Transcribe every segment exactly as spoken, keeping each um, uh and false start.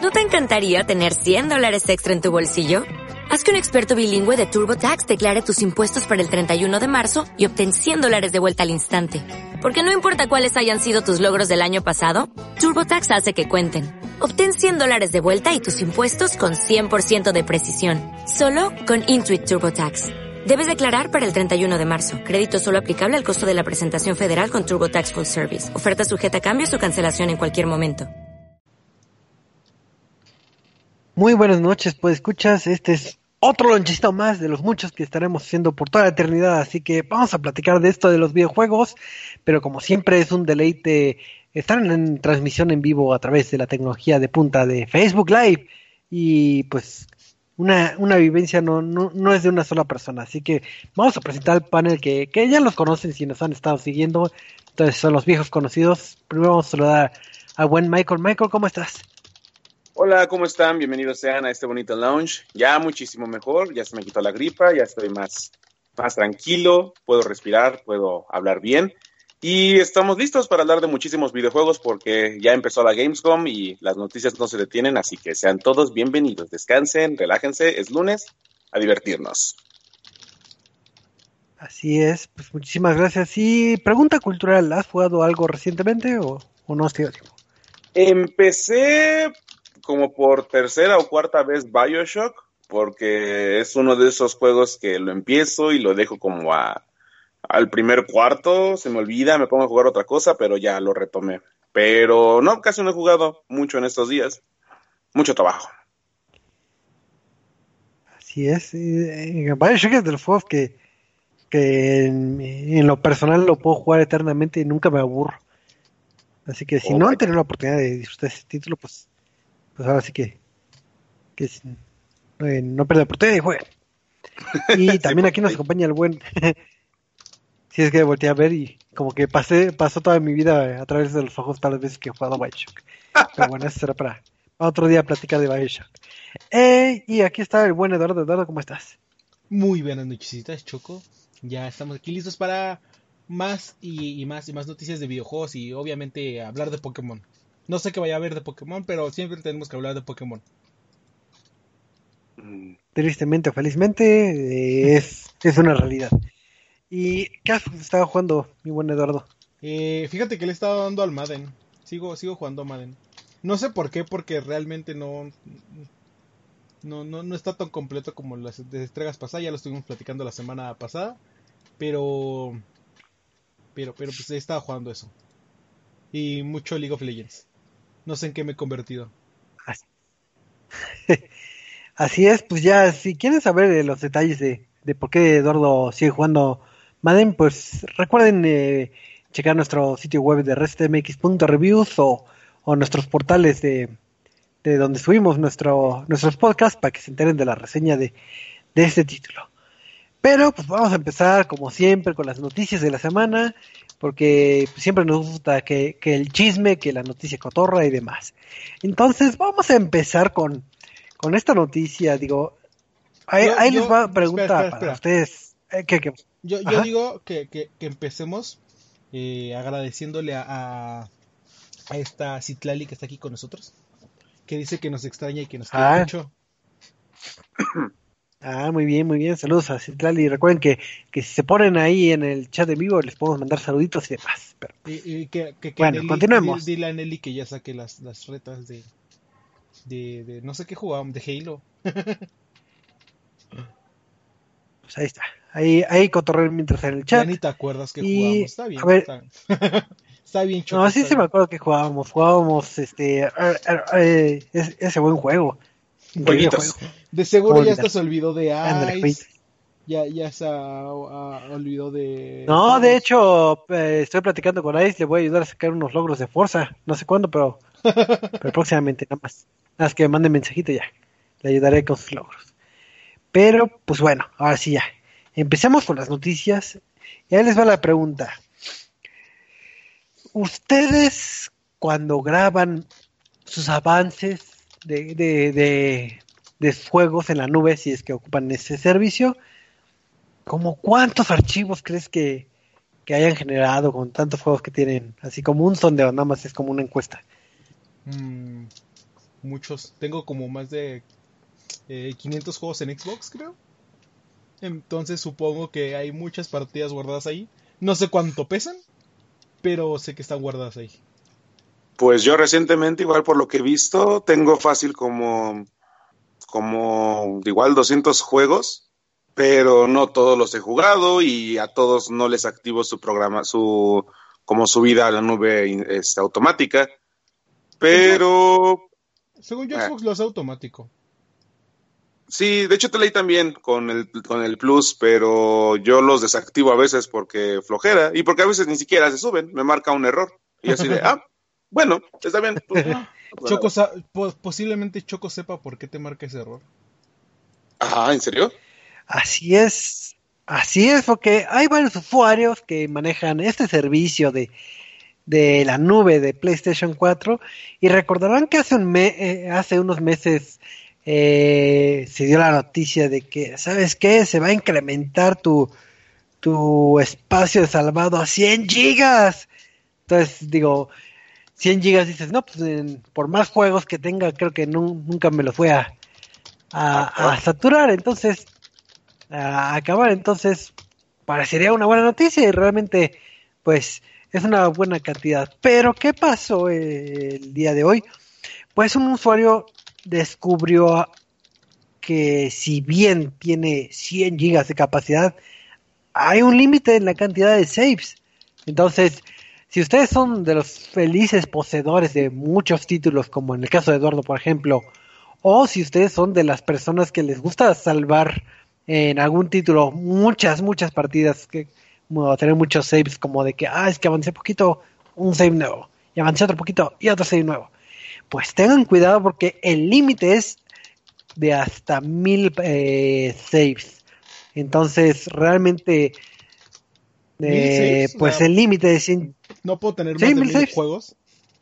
¿No te encantaría tener cien dólares extra en tu bolsillo? Haz que un experto bilingüe de TurboTax declare tus impuestos para el treinta y uno de marzo y obtén cien dólares de vuelta al instante. Porque no importa cuáles hayan sido tus logros del año pasado, TurboTax hace que cuenten. Obtén cien dólares de vuelta y tus impuestos con cien por ciento de precisión. Solo con Intuit TurboTax. Debes declarar para el treinta y uno de marzo. Crédito solo aplicable al costo de la presentación federal con TurboTax Full Service. Oferta sujeta a cambios o cancelación en cualquier momento. Muy buenas noches, pues escuchas, este es otro lonchecito más de los muchos que estaremos haciendo por toda la eternidad, así que vamos a platicar de esto de los videojuegos, pero como siempre es un deleite estar en, en transmisión en vivo a través de la tecnología de punta de Facebook Live, y pues una, una vivencia no, no, no es de una sola persona, así que vamos a presentar el panel que, que ya los conocen si nos han estado siguiendo, entonces son los viejos conocidos. Primero vamos a saludar a buen Michael. Michael, ¿cómo estás? Hola, ¿cómo están? Bienvenidos sean a este bonito lounge. Ya muchísimo mejor, ya se me quitó la gripa, ya estoy más, más tranquilo, puedo respirar, puedo hablar bien. Y estamos listos para hablar de muchísimos videojuegos porque ya empezó la Gamescom y las noticias no se detienen, así que sean todos bienvenidos. Descansen, relájense, es lunes, a divertirnos. Así es, pues muchísimas gracias. Y pregunta cultural, ¿has jugado algo recientemente o, o no has tenido tiempo? Empecé como por tercera o cuarta vez BioShock, porque es uno de esos juegos que lo empiezo y lo dejo como a, al primer cuarto, se me olvida, me pongo a jugar otra cosa, pero ya lo retomé. Pero no, casi no he jugado mucho en estos días, mucho trabajo. Así es, eh, BioShock es de los juegos que, que en, en lo personal lo puedo jugar eternamente y nunca me aburro. Así que si Oh, no han vaya. tenido la oportunidad de disfrutar ese título, pues, pues ahora sí que, que eh, no pierdan oportunidad y jueguen. Y Sí, también aquí porque nos acompaña el buen, si es que volteé a ver y como que pasé, pasó toda mi vida a través de los ojos todas las veces que he jugado BioShock. Pero bueno, eso será para otro día platicar de BioShock. Eh, y aquí está el buen Eduardo. Eduardo, ¿cómo estás? Muy buenas nochecitas, Choco. Ya estamos aquí listos para más y, y más y más noticias de videojuegos y obviamente hablar de Pokémon. No sé qué vaya a haber de Pokémon, pero siempre tenemos que hablar de Pokémon. Mm, Tristemente o felizmente, eh, es, es una realidad. ¿Y qué has estado jugando, mi buen Eduardo? Eh, fíjate que le he estado dando al Madden. Sigo, sigo jugando Madden. No sé por qué, porque realmente no, no, no, no está tan completo como las entregas pasadas. Ya lo estuvimos platicando la semana pasada. Pero, pero, pero pues he estado jugando eso. Y mucho League of Legends. No sé en qué me he convertido. Así, así es, pues ya, si quieren saber eh, los detalles de, de por qué Eduardo sigue jugando Madden, pues recuerden eh, checar nuestro sitio web de restmx punto reviews o, o nuestros portales de, de donde subimos nuestro, nuestros podcasts para que se enteren de la reseña de, de este título. Pero pues vamos a empezar como siempre con las noticias de la semana, porque siempre nos gusta que, que el chisme, que la noticia cotorra y demás. Entonces vamos a empezar con, con esta noticia, digo, ahí, Yo, ahí les yo, va una espera, pregunta espera, para espera. ustedes. Eh, ¿qué, qué? Yo, yo Ajá. digo que, que, que empecemos eh, agradeciéndole a, a, a esta Citlali que está aquí con nosotros, que dice que nos extraña y que nos quiere Ah, mucho. ah, muy bien, muy bien. Saludos a Citlali. Recuerden que, que si se ponen ahí en el chat en vivo les podemos mandar saluditos y demás. Pero Y, y que, que, que bueno, Nelly, di- continuemos. dile a Nelly que ya saque las, las retas de, de, de no sé qué jugábamos, de Halo. Pues ahí está. Ahí, ahí cotorreo mientras en el Ya chat. ni te acuerdas que Y jugábamos. Está a bien, ver, está bien. Está bien, Choco, no, sí, está sí me bien. acuerdo que jugábamos, jugábamos este, ar- ar- eh, es- ese buen juego, increíble juego, Jueguitos. De seguro ¿cómo ya hasta olvidar? se olvidó de Ándale, Ice. jueguitos. Ya, ya se ah, ah, olvidó de No, de todos. hecho, eh, estoy platicando con Ice, le voy a ayudar a sacar unos logros de Forza, no sé cuándo, pero, pero próximamente, nada más, nada más que me mande mensajito ya, le ayudaré con sus logros. Pero, pues bueno, ahora sí ya, empecemos con las noticias, y ahí les va la pregunta, ¿ustedes cuando graban sus avances de, de, de, de juegos en la nube, si es que ocupan ese servicio, como cuántos archivos crees que, que hayan generado con tantos juegos que tienen? Así como un sondeo, nada más es como una encuesta. Mm, muchos. Tengo como más de eh, quinientos juegos en Xbox, creo. Entonces supongo que hay muchas partidas guardadas ahí. No sé cuánto pesan, pero sé que están guardadas ahí. Pues yo recientemente, igual por lo que he visto, tengo fácil como, como igual doscientos juegos, pero no todos los he jugado y a todos no les activo su programa, su como subida a la nube este, automática. Pero... Según yo, Xbox eh. lo hace automático. Sí, de hecho te leí también con el, con el Plus, pero yo los desactivo a veces porque flojera y porque a veces ni siquiera se suben, me marca un error. Y así de, ah, bueno, está bien. Pues, Choco sa- po- posiblemente Choco sepa por qué te marca ese error. Ah, ¿en serio? Así es, así es, porque hay varios usuarios que manejan este servicio de, de la nube de PlayStation cuatro y recordarán que hace, un me- eh, hace unos meses eh, se dio la noticia de que, ¿sabes qué? Se va a incrementar tu, tu espacio de salvado a cien gigas. Entonces, digo, cien gigas dices, no, pues en, por más juegos que tenga, creo que nu- nunca me los voy a, a, a saturar. Entonces, a acabar. Entonces, parecería una buena noticia y realmente, pues, es una buena cantidad. Pero, ¿qué pasó eh, el día de hoy? Pues un usuario descubrió que si bien tiene cien gigas de capacidad, hay un límite en la cantidad de saves. Entonces, si ustedes son de los felices poseedores de muchos títulos, como en el caso de Eduardo, por ejemplo, o si ustedes son de las personas que les gusta salvar en algún título muchas, muchas partidas, que como tener muchos saves, como de que, ah, es que avancé poquito, un save nuevo, y avancé otro poquito, y otro save nuevo. Pues tengan cuidado porque el límite es de hasta mil eh, saves. Entonces, realmente, eh, saves, pues o sea, el límite de cien... no puedo tener Sí, más de mil mil saves. juegos.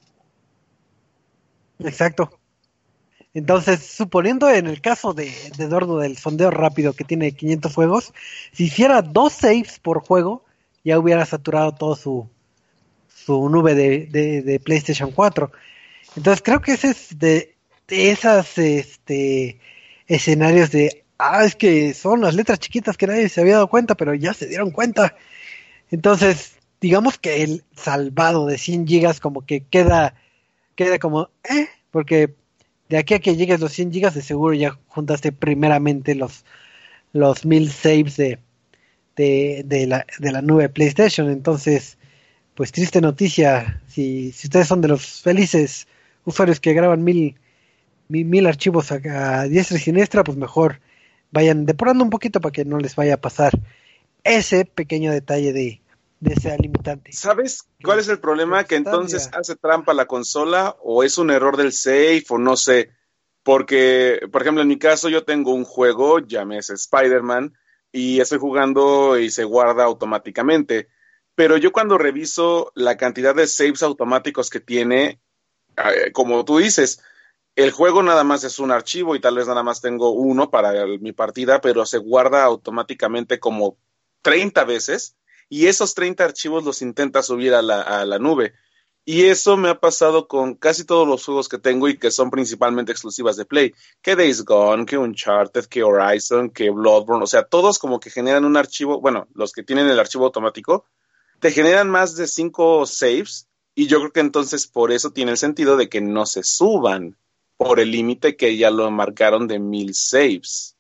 Exacto. Entonces, suponiendo en el caso de, de Eduardo del sondeo rápido que tiene quinientos juegos, si hiciera dos saves por juego, ya hubiera saturado todo su, su nube de, de, de PlayStation cuatro. Entonces, creo que ese es de, de esas este, escenarios de, ah, es que son las letras chiquitas que nadie se había dado cuenta, pero ya se dieron cuenta. Entonces, digamos que el salvado de cien gigas como que queda, queda como, eh, porque de aquí a que llegues los cien gigas de seguro ya juntaste primeramente los los mil saves de, de, de, la, de la nube PlayStation. Entonces, pues triste noticia, si, si ustedes son de los felices usuarios que graban mil, mil, mil archivos a, a diestra y siniestra, pues mejor vayan depurando un poquito para que no les vaya a pasar ese pequeño detalle de, de ese limitante. ¿Sabes cuál es el problema? Que entonces hace trampa la consola o es un error del save o no sé. Porque, por ejemplo, en mi caso yo tengo un juego, llámese Spider-Man, y estoy jugando y se guarda automáticamente. Pero yo cuando reviso la cantidad de saves automáticos que tiene, eh, como tú dices, el juego nada más es un archivo y tal vez nada más tengo uno para el, mi partida, pero se guarda automáticamente como treinta veces y esos treinta archivos los intenta subir a la, a la nube. Y eso me ha pasado con casi todos los juegos que tengo y que son principalmente exclusivas de Play. Que Days Gone, que Uncharted, que Horizon, que Bloodborne, o sea, todos como que generan un archivo, bueno, los que tienen el archivo automático, te generan más de cinco saves y yo creo que entonces por eso tiene el sentido de que no se suban por el límite que ya lo marcaron de mil saves.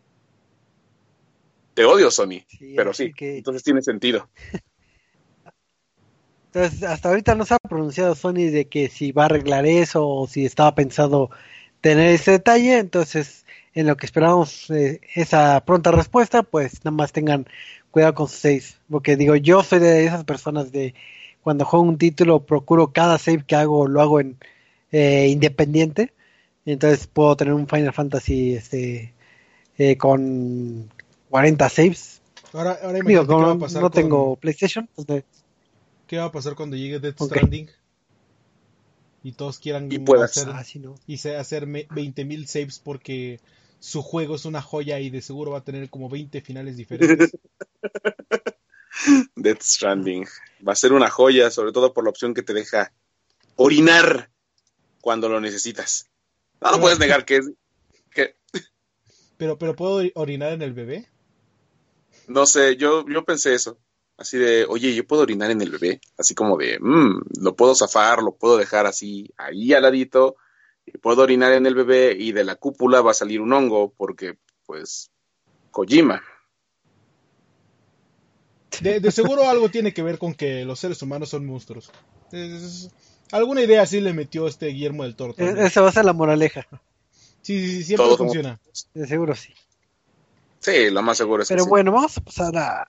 Te odio, Sony, sí, pero sí, que... entonces tiene sentido. Entonces, hasta ahorita no se ha pronunciado Sony de que si va a arreglar eso o si estaba pensado tener ese detalle. Entonces, en lo que esperamos eh, esa pronta respuesta, pues nada más tengan cuidado con sus saves. Porque digo, yo soy de esas personas de cuando juego un título, procuro cada save que hago, lo hago en eh, independiente. Entonces puedo tener un Final Fantasy este eh, con cuarenta saves. Ahora, ahora digo, como no, no con... tengo PlayStation, entonces... ¿Qué va a pasar cuando llegue Death Stranding? Okay. Y todos quieran y puedas. hacer ah, sí, no. y se hacer veinte mil saves porque su juego es una joya y de seguro va a tener como veinte finales diferentes. Death Stranding va a ser una joya, sobre todo por la opción que te deja orinar cuando lo necesitas. No, no puedes negar que es... Que, pero, pero ¿puedo orinar en el bebé? no sé, yo, yo pensé eso. Así de, oye, ¿yo puedo orinar en el bebé? Así como de, mmm, lo puedo zafar, lo puedo dejar así, ahí al ladito, y puedo orinar en el bebé y de la cúpula va a salir un hongo porque, pues, Kojima. De, de seguro algo tiene que ver con que los seres humanos son monstruos. Es, es, alguna idea así le metió este Guillermo del Toro también. Esa va a ser la moraleja. Sí, sí, sí, siempre Todos funciona. somos... De seguro sí. Sí, lo más seguro es Pero que bueno, sí. vamos a pasar a,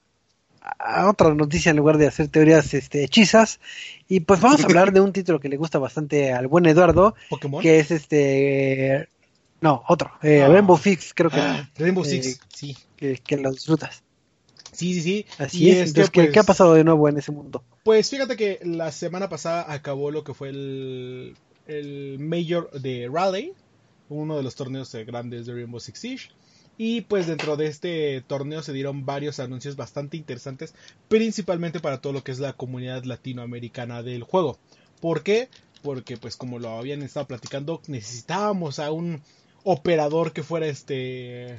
a otra noticia en lugar de hacer teorías este, hechizas. Y pues vamos a hablar de un título que le gusta bastante al buen Eduardo, ¿Pokémon? que es este... No, otro. Eh, Ah. Rainbow Six, creo que, Ah, Rainbow eh, Six, sí. que, que lo disfrutas. Sí, sí, sí. Así Y es. este, Entonces, ¿qué, pues, ¿qué ha pasado de nuevo en ese mundo? Pues fíjate que la semana pasada acabó lo que fue el, el Major de Raleigh, uno de los torneos eh, grandes de Rainbow Six Siege. Y pues dentro de este torneo se dieron varios anuncios bastante interesantes, principalmente para todo lo que es la comunidad latinoamericana del juego. ¿Por qué? Porque pues como lo habían estado platicando, necesitábamos a un operador que fuera este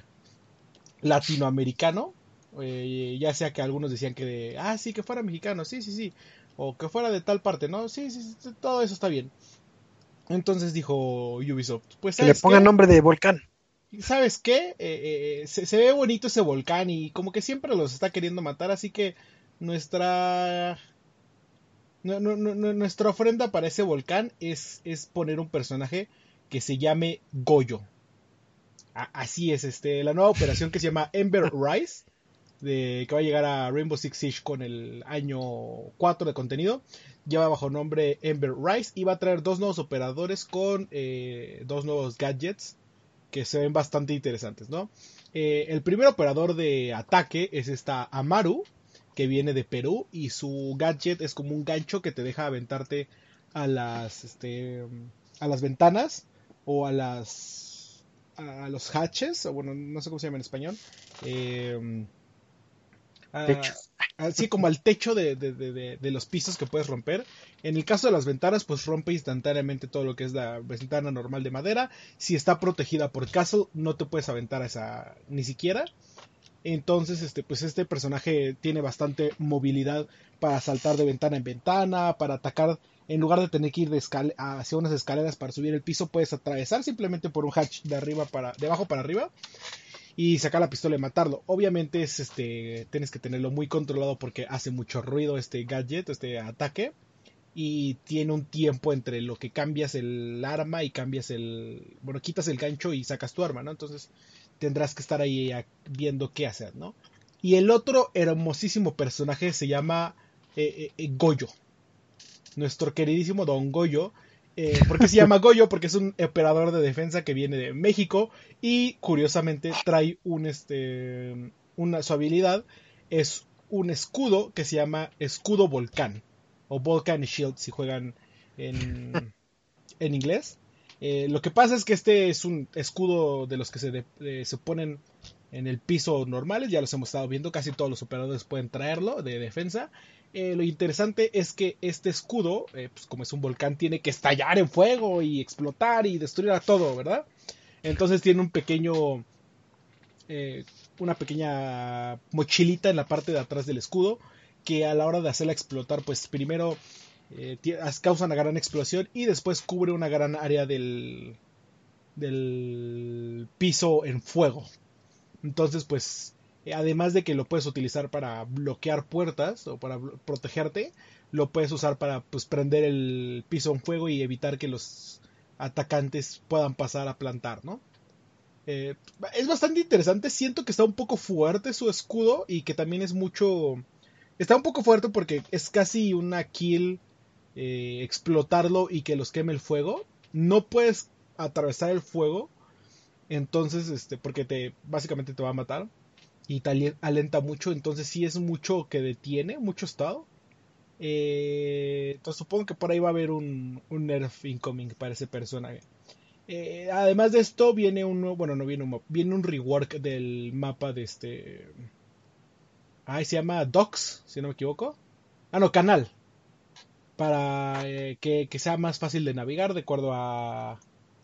latinoamericano. Eh, ya sea que algunos decían que de, ah, sí, que fuera mexicano, sí, sí, sí, o que fuera de tal parte, ¿no? Sí, sí, sí, todo eso está bien. Entonces dijo Ubisoft, pues Que le ¿sabes pongan qué? nombre de volcán. ¿Sabes qué? Eh, eh, se, se ve bonito ese volcán y como que siempre los está queriendo matar, así que nuestra... nu- nu- nu- nuestra ofrenda para ese volcán es, es poner un personaje que se llame Goyo. A- así es, este, la nueva operación que se llama Ember Rise, de, que va a llegar a Rainbow Six Siege con el año cuatro de contenido, lleva bajo nombre Ember Rise y va a traer dos nuevos operadores con eh, dos nuevos gadgets que se ven bastante interesantes, ¿no? Eh, el primer operador de ataque es esta Amaru, que viene de Perú, y su gadget es como un gancho que te deja aventarte a las, este, a las ventanas o a las, a los hatches, o bueno, no sé cómo se llama en español, eh, Techo. a- así como al techo de, de, de, de, de los pisos que puedes romper. En el caso de las ventanas, pues rompe instantáneamente todo lo que es la ventana normal de madera. Si está protegida por Castle, no te puedes aventar a esa ni siquiera. Entonces, este, pues este personaje tiene bastante movilidad para saltar de ventana en ventana, para atacar. En lugar de tener que ir de escal hacia unas escaleras para subir el piso, puedes atravesar simplemente por un hatch de arriba para, de abajo para arriba y sacar la pistola y matarlo. Obviamente es este, tienes que tenerlo muy controlado porque hace mucho ruido este gadget, este ataque, y tiene un tiempo entre lo que cambias el arma y cambias el, bueno, quitas el gancho y sacas tu arma, ¿no? Entonces tendrás que estar ahí viendo qué hacer, ¿no? Y el otro hermosísimo personaje se llama eh, eh, Goyo, nuestro queridísimo Don Goyo. Eh, ¿Por qué se llama Goyo? Porque es un operador de defensa que viene de México y curiosamente trae un este una su habilidad es un escudo que se llama escudo volcán o Volcan Shield si juegan en, en inglés. Eh, lo que pasa es que este es un escudo de los que se, de, eh, se ponen en el piso normales, ya los hemos estado viendo, casi todos los operadores pueden traerlo de defensa. Eh, lo interesante es que este escudo, eh, pues como es un volcán, tiene que estallar en fuego y explotar y destruir a todo, ¿verdad? Entonces tiene un pequeño, eh, una pequeña mochilita en la parte de atrás del escudo que a la hora de hacerla explotar, pues primero eh, causa una gran explosión y después cubre una gran área del, del piso en fuego. Entonces, pues, además de que lo puedes utilizar para bloquear puertas o para protegerte, lo puedes usar para pues prender el piso en fuego y evitar que los atacantes puedan pasar a plantar, ¿no? Eh, es bastante interesante, siento que está un poco fuerte su escudo y que también es mucho... Está un poco fuerte porque es casi una kill eh, explotarlo y que los queme el fuego. No puedes atravesar el fuego, entonces, este, porque te básicamente te va a matar y te alenta mucho, entonces sí es mucho que detiene, mucho estado. Eh, entonces supongo que por ahí va a haber un, un nerf incoming para ese personaje. Eh, además de esto viene un nuevo, bueno no viene un viene un rework del mapa de este, ahí se llama Docks, si no me equivoco. Ah no, Canal, para eh, que, que sea más fácil de navegar de acuerdo a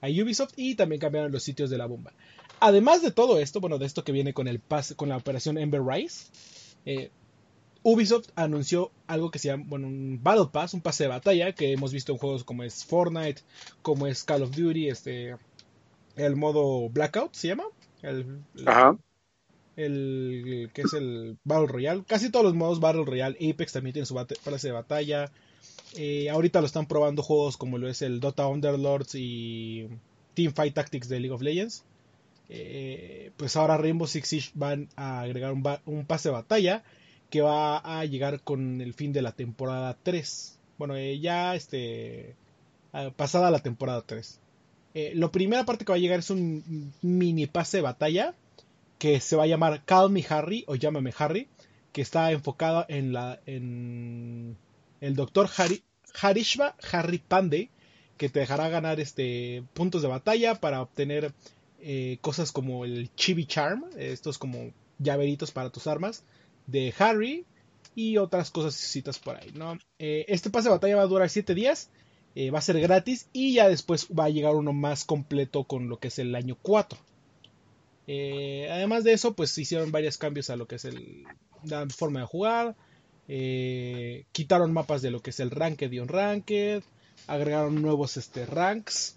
a Ubisoft y también cambiaron los sitios de la bomba. Además de todo esto, bueno, de esto que viene con el pas, con la operación Ember Rise, eh, Ubisoft anunció algo que se llama, bueno, un Battle Pass, un pase de batalla que hemos visto en juegos como es Fortnite, como es Call of Duty, este, el modo Blackout se llama, el, el, Ajá. el, el que es el Battle Royale, casi todos los modos Battle Royale, Apex también tiene su bate, pase de batalla. Eh, ahorita lo están probando juegos como lo es el Dota Underlords y Teamfight Tactics de League of Legends. Eh, pues ahora Rainbow Six Siege van a agregar un, ba- un pase de batalla que va a llegar con el fin de la temporada tres. Bueno, eh, ya este eh, pasada la temporada tres. Eh, la primera parte que va a llegar es un mini pase de batalla que se va a llamar Call Me Harry o Llámame Harry, que está enfocada en la en el doctor Hari, Harishva Harry Pandey, que te dejará ganar este puntos de batalla para obtener eh, cosas como el Chibi Charm, estos como llaveritos para tus armas de Harry y otras cosas por ahí, ¿no? Eh, este pase de batalla va a durar siete días, eh, va a ser gratis y ya después va a llegar uno más completo con lo que es el año cuatro. Eh, además de eso, pues hicieron varios cambios a lo que es el, la forma de jugar. Eh, quitaron mapas de lo que es el Ranked y Unranked, agregaron nuevos este, ranks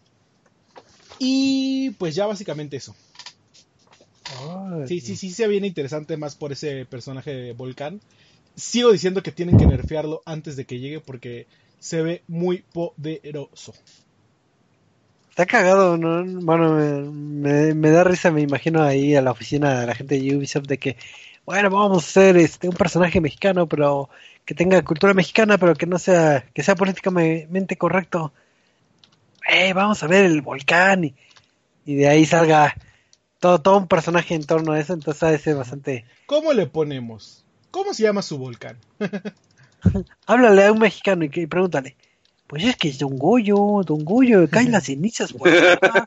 y pues ya básicamente eso. Oh, sí, sí, sí se viene interesante más por ese personaje de Volcán. Sigo diciendo que tienen que nerfearlo antes de que llegue porque se ve muy poderoso. Está cagado, ¿no? Bueno, me, me, me da risa, me imagino ahí a la oficina de la gente de Ubisoft de que, bueno, vamos a hacer este un personaje mexicano, pero que tenga cultura mexicana, pero que no sea, que sea políticamente correcto. Eh, vamos a ver el volcán y, y de ahí salga todo, todo un personaje en torno a eso, entonces ha de ser bastante... ¿Cómo le ponemos? ¿Cómo se llama su volcán? Háblale a un mexicano y, que, y pregúntale. Pues es que es Don Goyo, Don Goyo, caen las cenizas por acá.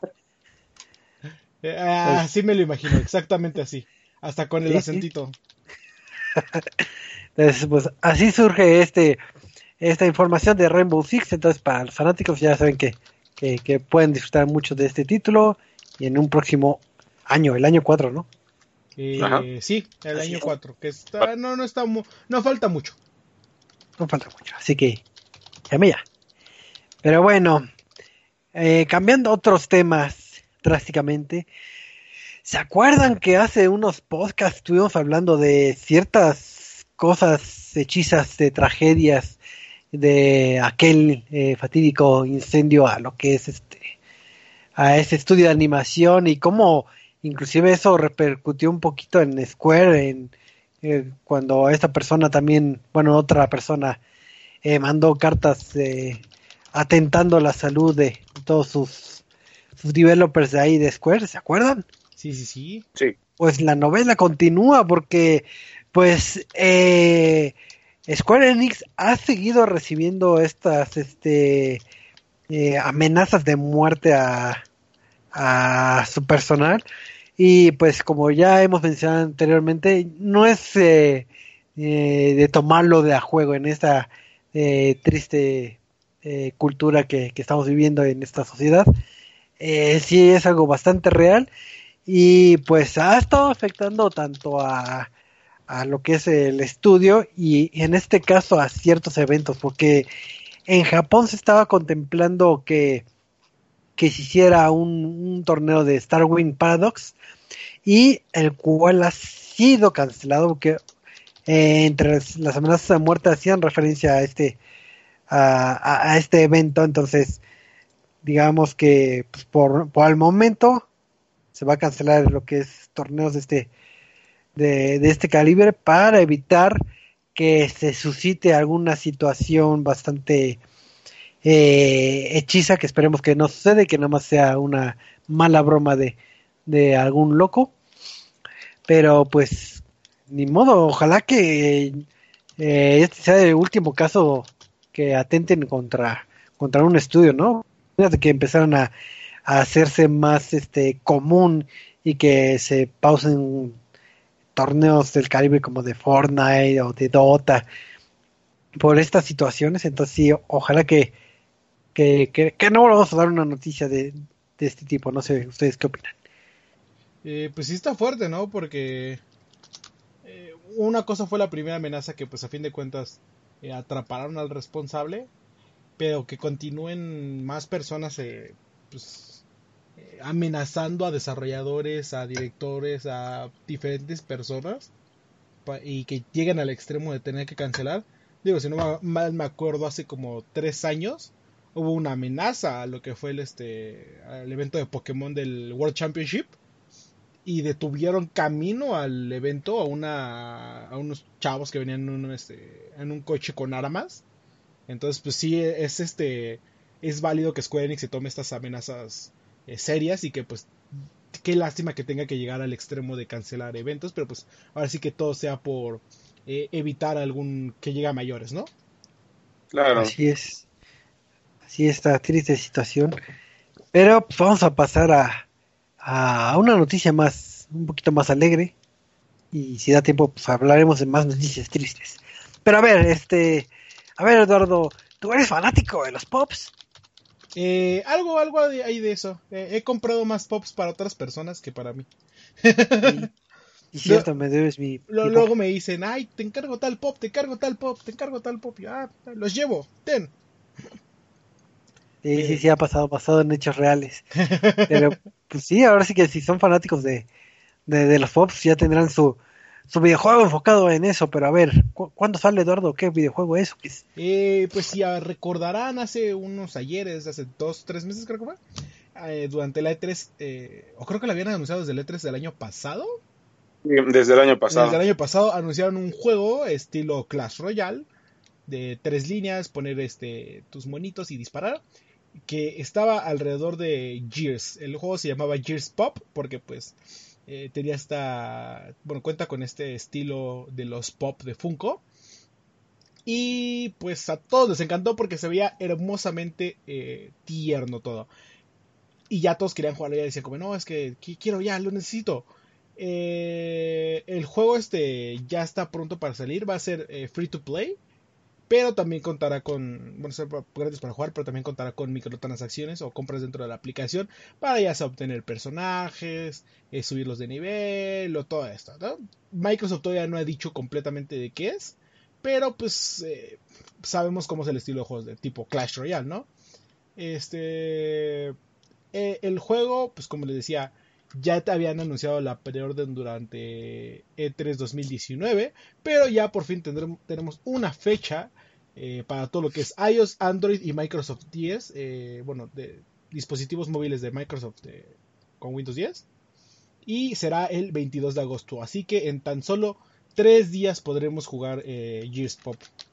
Eh, así me lo imagino, exactamente así. Hasta con el Sí, acentito. Sí. Entonces, pues así surge este esta información de Rainbow Six. Entonces, para los fanáticos ya saben que, que, que pueden disfrutar mucho de este título y en un próximo año, el año cuatro, ¿no? Eh, sí, el Así año es. cuatro, que está, no, no está, mu- no falta mucho. No falta mucho, así que llame ya. Pero bueno, eh, cambiando otros temas drásticamente, ¿se acuerdan que hace unos podcasts estuvimos hablando de ciertas cosas hechizas, de tragedias, de aquel eh, fatídico incendio a lo que es este, a ese estudio de animación y cómo inclusive eso repercutió un poquito en Square, en eh, cuando esta persona también, bueno, otra persona eh, mandó cartas eh, atentando la salud de todos sus, sus developers de ahí de Square, ¿se acuerdan? Sí, sí, sí. Sí. Pues la novela continúa porque pues eh, Square Enix ha seguido recibiendo estas este eh, amenazas de muerte a, a su personal y pues como ya hemos mencionado anteriormente no es eh, eh, de tomarlo de a juego en esta eh, triste eh, cultura que, que estamos viviendo en esta sociedad. Eh, sí es algo bastante real y pues ha estado afectando tanto a, a lo que es el estudio y en este caso a ciertos eventos, porque en Japón se estaba contemplando que, que se hiciera un, un torneo de Starwind Paradox y el cual ha sido cancelado porque eh, entre las, las amenazas de muerte hacían referencia a este a, a, a este evento, entonces digamos que pues, por, por el momento se va a cancelar lo que es torneos de este de, de este calibre para evitar que se suscite alguna situación bastante eh, hechiza, que esperemos que no suceda y que nada más sea una mala broma de, de algún loco, pero pues ni modo, ojalá que eh, este sea el último caso que atenten contra contra un estudio, ¿no? Fíjate que empezaron a, a hacerse más este común y que se pausen torneos del calibre como de Fortnite o de Dota por estas situaciones, entonces sí, ojalá que que, que, que no volvamos a dar una noticia de, de este tipo. No sé, ¿ustedes qué opinan? Eh, pues sí está fuerte, ¿no? Porque eh, una cosa fue la primera amenaza que pues a fin de cuentas eh, atraparon al responsable, pero que continúen más personas eh, pues, eh, amenazando a desarrolladores, a directores, a diferentes personas pa- y que lleguen al extremo de tener que cancelar. Digo, si no ma- mal me acuerdo, hace como tres años hubo una amenaza a lo que fue el este al evento de Pokémon del World Championship y detuvieron camino al evento a una a unos chavos que venían en un, este, en un coche con armas. Entonces, pues sí, es este es válido que Square Enix se tome estas amenazas eh, serias y que pues qué lástima que tenga que llegar al extremo de cancelar eventos, pero pues ahora sí que todo sea por eh, evitar algún que llegue a mayores, ¿no? Claro. Así es, así esta triste situación. Pero pues vamos a pasar a, a una noticia más, un poquito más alegre. Y si da tiempo, pues hablaremos de más noticias tristes. Pero a ver, este, a ver, Eduardo, ¿tú eres fanático de los pops? Eh, algo, algo hay de eso. Eh, he comprado más pops para otras personas que para mí. Y, y Lo- cierto, me debes mi, lo- mi pop. luego me dicen, ay, te encargo tal pop, te encargo tal pop, te encargo tal pop. Y, ah, los llevo, ten. Sí, sí, Pero- sí, ha pasado, pasado en hechos reales. Pero, pues sí, ahora sí que si son fanáticos de, de, de los pops, ya tendrán su, su videojuego enfocado en eso. Pero a ver, ¿cu- ¿cuándo sale, Eduardo? ¿Qué videojuego es? ¿Qué es? Eh, pues si ah, recordarán hace unos ayeres, hace dos, tres meses creo que fue, eh, durante la E tres, eh, o creo que la habían anunciado desde el E tres del año pasado. Sí, desde el año Desde el pasado. año pasado anunciaron un juego estilo Clash Royale, de tres líneas, poner este tus monitos y disparar, que estaba alrededor de Gears. El juego se llamaba Gears Pop, porque pues eh, tenía esta, bueno, cuenta con este estilo de los pop de Funko. Y pues a todos les encantó porque se veía hermosamente eh, tierno todo. Y ya todos querían jugarlo. Ya decían como, no, es que quiero ya, lo necesito. Eh, el juego este ya está pronto para salir. Va a ser eh, free to play. Pero también contará con, bueno, será gratis para jugar, pero también contará con microtransacciones o compras dentro de la aplicación para ya sea obtener personajes, eh, subirlos de nivel o todo esto, ¿no? Microsoft todavía no ha dicho completamente de qué es, pero pues eh, sabemos cómo es el estilo de juegos de tipo Clash Royale, ¿no? Este, eh, el juego, pues como les decía, ya te habían anunciado la preorden durante E tres dos mil diecinueve, pero ya por fin tendremos, tenemos una fecha eh, para todo lo que es iOS, Android y Microsoft diez, eh, bueno, de dispositivos móviles de Microsoft de, con Windows diez, y será el veintidós de agosto, así que en tan solo tres días podremos jugar eh, Gears Pop.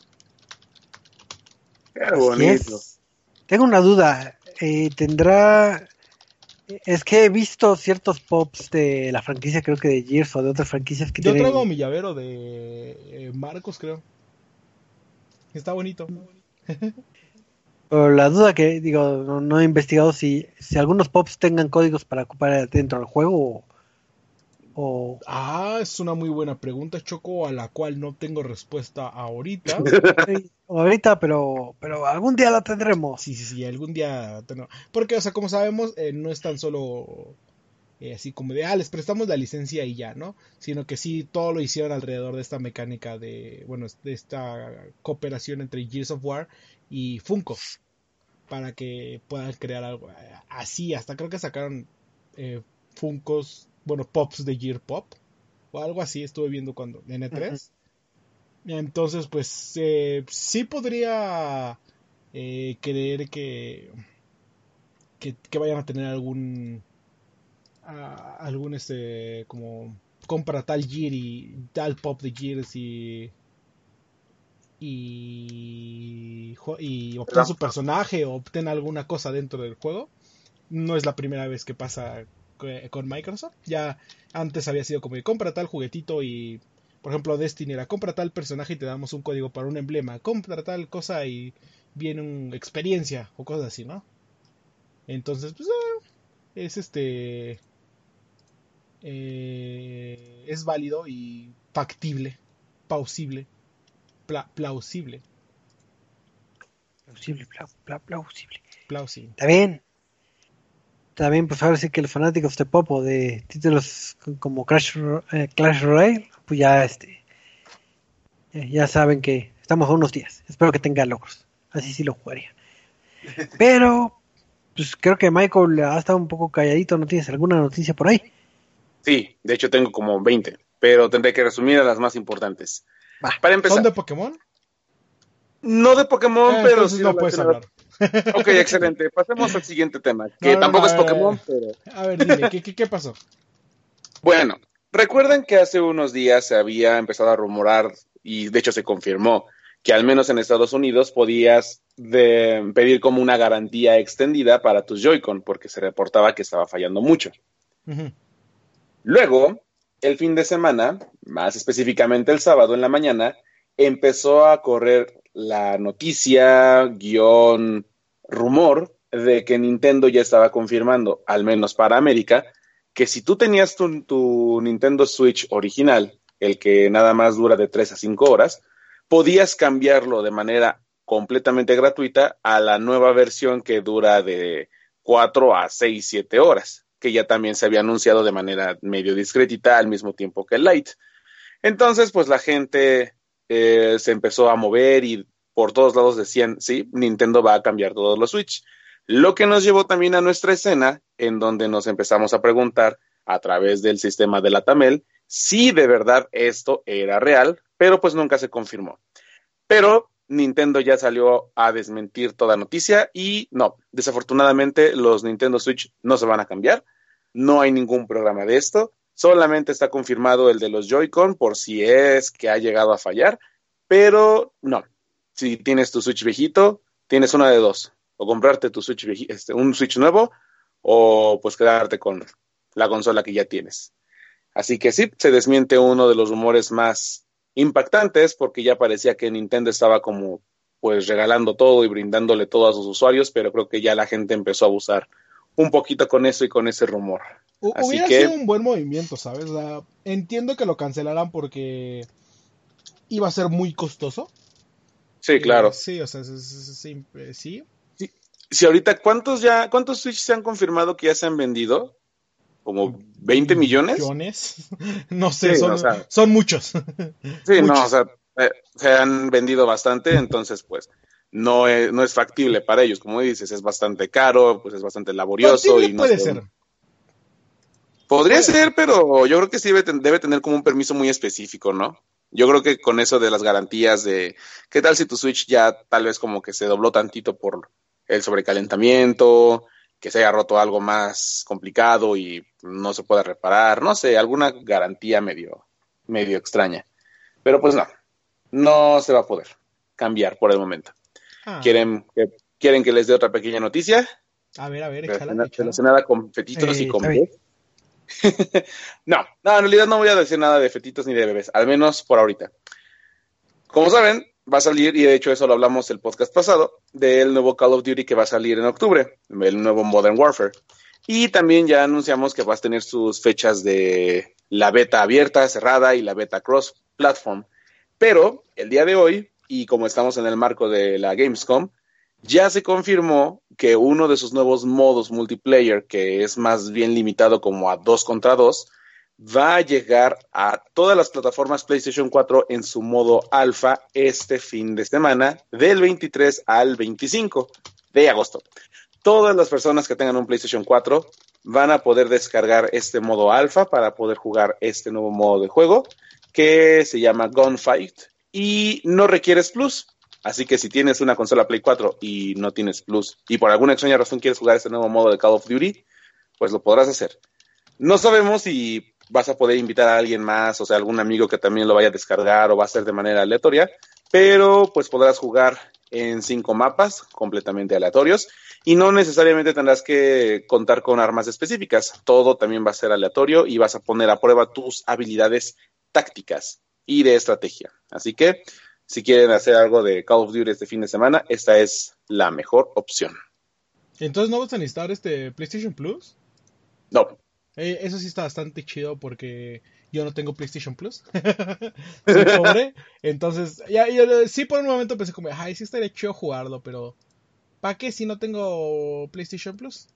Qué Así bonito. es. Tengo una duda. Eh, ¿tendrá Es que he visto ciertos pops de la franquicia, creo que de Gears o de otras franquicias que Yo traigo tienen... mi llavero de eh, Marcos, creo. Está bonito. Pero la duda que, digo, no, no he investigado si, si algunos pops tengan códigos para ocupar dentro del juego o... o- Ah, es una muy buena pregunta, Choco, a la cual no tengo respuesta ahorita. sí, o ahorita, pero, pero algún día la tendremos. Sí, sí, sí, algún día. tengo- Porque, o sea, como sabemos, eh, no es tan solo eh, así como de, ah, les prestamos la licencia y ya, ¿no? Sino que sí, todo lo hicieron alrededor de esta mecánica de, bueno, de esta cooperación entre Gears of War y Funko, para que puedan crear algo eh, así. Hasta creo que sacaron eh, Funkos, bueno, Pops de Gear Pop, o algo así, estuve viendo cuando, en Ujú. E tres. Entonces, pues eh, sí podría eh, creer que, que, que vayan a tener algún a- algún este como compra tal Gear y tal pop de Gears y y jue- y obtén su personaje o obtén alguna cosa dentro del juego. No es la primera vez que pasa que- con Microsoft. Ya antes había sido como de compra tal juguetito y por ejemplo Destiny era compra tal personaje y te damos un código para un emblema, compra tal cosa y viene una experiencia o cosas así, ¿no? Entonces, pues ah, es este eh, es válido y factible, pausible, pla- plausible, Plausible, plau- plau- plausible. plausible. Está bien. también pues ahora sí que los fanáticos de Popo de títulos como Crash eh, Clash Royale, pues ya este eh, ya saben que estamos a unos días. Espero que tenga logros. Así sí lo jugaría. Pero pues creo que Michael ha estado un poco calladito. ¿No tienes alguna noticia por ahí? Sí, de hecho tengo como veinte, pero tendré que resumir a las más importantes. Va. Para empezar. ¿Son de Pokémon? No de Pokémon, Ah, pero entonces sí no puedes hablar. Ok, excelente. Pasemos al siguiente tema, que No, no, tampoco no, es a ver, Pokémon, pero... A ver, dime, ¿qué, qué, qué pasó? Bueno, recuerden que hace unos días se había empezado a rumorar, y de hecho se confirmó, que al menos en Estados Unidos podías de pedir como una garantía extendida para tus Joy-Con, porque se reportaba que estaba fallando mucho. Uh-huh. Luego, el fin de semana, más específicamente el sábado en la mañana, empezó a correr la noticia, guión, rumor de que Nintendo ya estaba confirmando, al menos para América, que si tú tenías tu, tu Nintendo Switch original, el que nada más dura de tres a cinco horas, podías cambiarlo de manera completamente gratuita a la nueva versión que dura de cuatro a seis, siete horas, que ya también se había anunciado de manera medio discretita al mismo tiempo que el Lite. Entonces, pues la gente eh, se empezó a mover y por todos lados decían, sí, Nintendo va a cambiar todos los Switch. Lo que nos llevó también a nuestra escena, en donde nos empezamos a preguntar a través del sistema de la Tamel si de verdad esto era real, pero pues nunca se confirmó. Pero Nintendo ya salió a desmentir toda noticia y no, desafortunadamente los Nintendo Switch no se van a cambiar, no hay ningún programa de esto, solamente está confirmado el de los Joy-Con por si es que ha llegado a fallar, pero no, si tienes tu Switch viejito, tienes una de dos, o comprarte tu Switch viejito, este, un Switch nuevo, o pues quedarte con la consola que ya tienes. Así que sí, se desmiente uno de los rumores más impactantes porque ya parecía que Nintendo estaba como pues regalando todo y brindándole todo a sus usuarios, pero creo que ya la gente empezó a abusar un poquito con eso y con ese rumor. H- Así hubiera que sido un buen movimiento, ¿sabes? O sea, entiendo que lo cancelaran porque iba a ser muy costoso. sí, Eh, claro. sí, o sea, sí, sí, sí, eh, sí. Sí, sí, ahorita cuántos ya cuántos Switch se han confirmado que ya se han vendido? Como veinte millones. Millones. No sé, Sí, son, o sea, son muchos. sí, no, o Muchos. sea, eh, se han vendido bastante, entonces pues no es, no es factible para ellos, como dices, es bastante caro, pues es bastante laborioso Factible y no puede sé. ser. Podría Puede ser, ser. pero yo creo que sí debe, ten- debe tener como un permiso muy específico, ¿no? Yo creo que con eso de las garantías de qué tal si tu Switch ya tal vez como que se dobló tantito por el sobrecalentamiento, que se haya roto algo más complicado y no se pueda reparar, no sé, alguna garantía medio, medio extraña. Pero pues no, no se va a poder cambiar por el momento. Ah, ¿Quieren que, quieren que les dé otra pequeña noticia? a ver, a ver, échala, Relaciona- échala. Relacionada con fetitos y Eh, con está bien. bebés. No, no, en realidad no voy a decir nada de fetitos ni de bebés, al menos por ahorita. Como saben, va a salir, y de hecho eso lo hablamos el podcast pasado, del nuevo Call of Duty que va a salir en octubre, el nuevo Modern Warfare. Y también ya anunciamos que vas a tener sus fechas de la beta abierta, cerrada y la beta cross-platform. Pero el día de hoy, y como estamos en el marco de la Gamescom, ya se confirmó que uno de sus nuevos modos multiplayer, que es más bien limitado como a dos contra dos, va a llegar a todas las plataformas PlayStation cuatro en su modo alfa este fin de semana, del veintitrés al veinticinco de agosto. Todas las personas que tengan un PlayStation cuatro van a poder descargar este modo alfa para poder jugar este nuevo modo de juego que se llama Gunfight y no requieres plus. Así que si tienes una consola Play cuatro y no tienes plus y por alguna extraña razón quieres jugar este nuevo modo de Call of Duty, pues lo podrás hacer. No sabemos si vas a poder invitar a alguien más, o sea, algún amigo que también lo vaya a descargar o va a ser de manera aleatoria, pero pues podrás jugar en cinco mapas completamente aleatorios y no necesariamente tendrás que contar con armas específicas. Todo también va a ser aleatorio y vas a poner a prueba tus habilidades tácticas y de estrategia. Así que si quieren hacer algo de Call of Duty este fin de semana, esta es la mejor opción. Entonces, ¿no vas a necesitar este PlayStation Plus? No. Eh, eso sí está bastante chido porque yo no tengo PlayStation Plus. Soy pobre. Entonces, ya, ya, sí por un momento pensé como, ay, sí estaría chido jugarlo, pero ¿para qué si no tengo PlayStation Plus?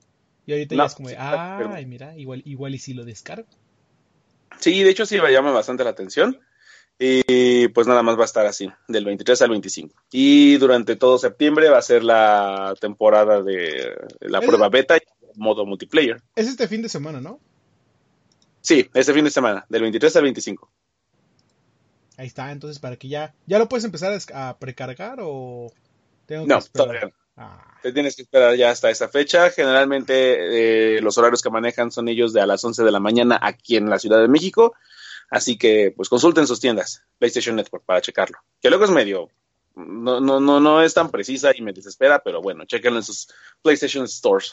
Y ahorita No, ya es como, de, sí está ay, confirmado. mira, igual, igual y si lo descargo. Sí, de hecho sí me llama bastante la atención. Y pues nada más va a estar así, del veintitrés al veinticinco. Y durante todo septiembre va a ser la temporada de la Es, prueba beta y modo multiplayer. es este fin de semana, ¿no? Sí, este fin de semana, del veintitrés al veinticinco. Ahí está, entonces para que ya... ¿Ya lo puedes empezar a, des- a precargar o tengo que No, esperar? todavía no. Ah, Te tienes que esperar ya hasta esa fecha. Generalmente eh, los horarios que manejan son ellos de a las once de la mañana aquí en la Ciudad de México. Así que pues consulten sus tiendas, PlayStation Network, para checarlo. Que luego es medio... No, no, no, no es tan precisa y me desespera, pero bueno, chequenlo en sus PlayStation Stores.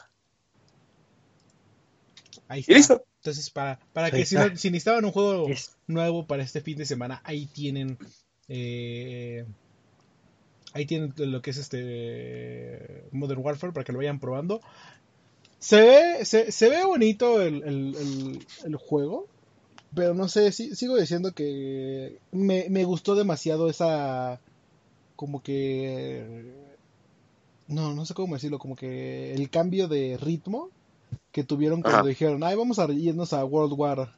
ahí Y está. listo. Entonces, para, para Ahí que si, no, está. si necesitaban un juego Es, nuevo para este fin de semana, ahí tienen... eh, ahí tienen lo que es este Modern Warfare para que lo vayan probando. Se ve, se, se ve bonito el, el, el, el juego, pero no sé, sí, sigo diciendo que me, me gustó demasiado esa, como que, no, no sé cómo decirlo, como que el cambio de ritmo que tuvieron cuando Ajá. dijeron, ay, vamos a irnos a World War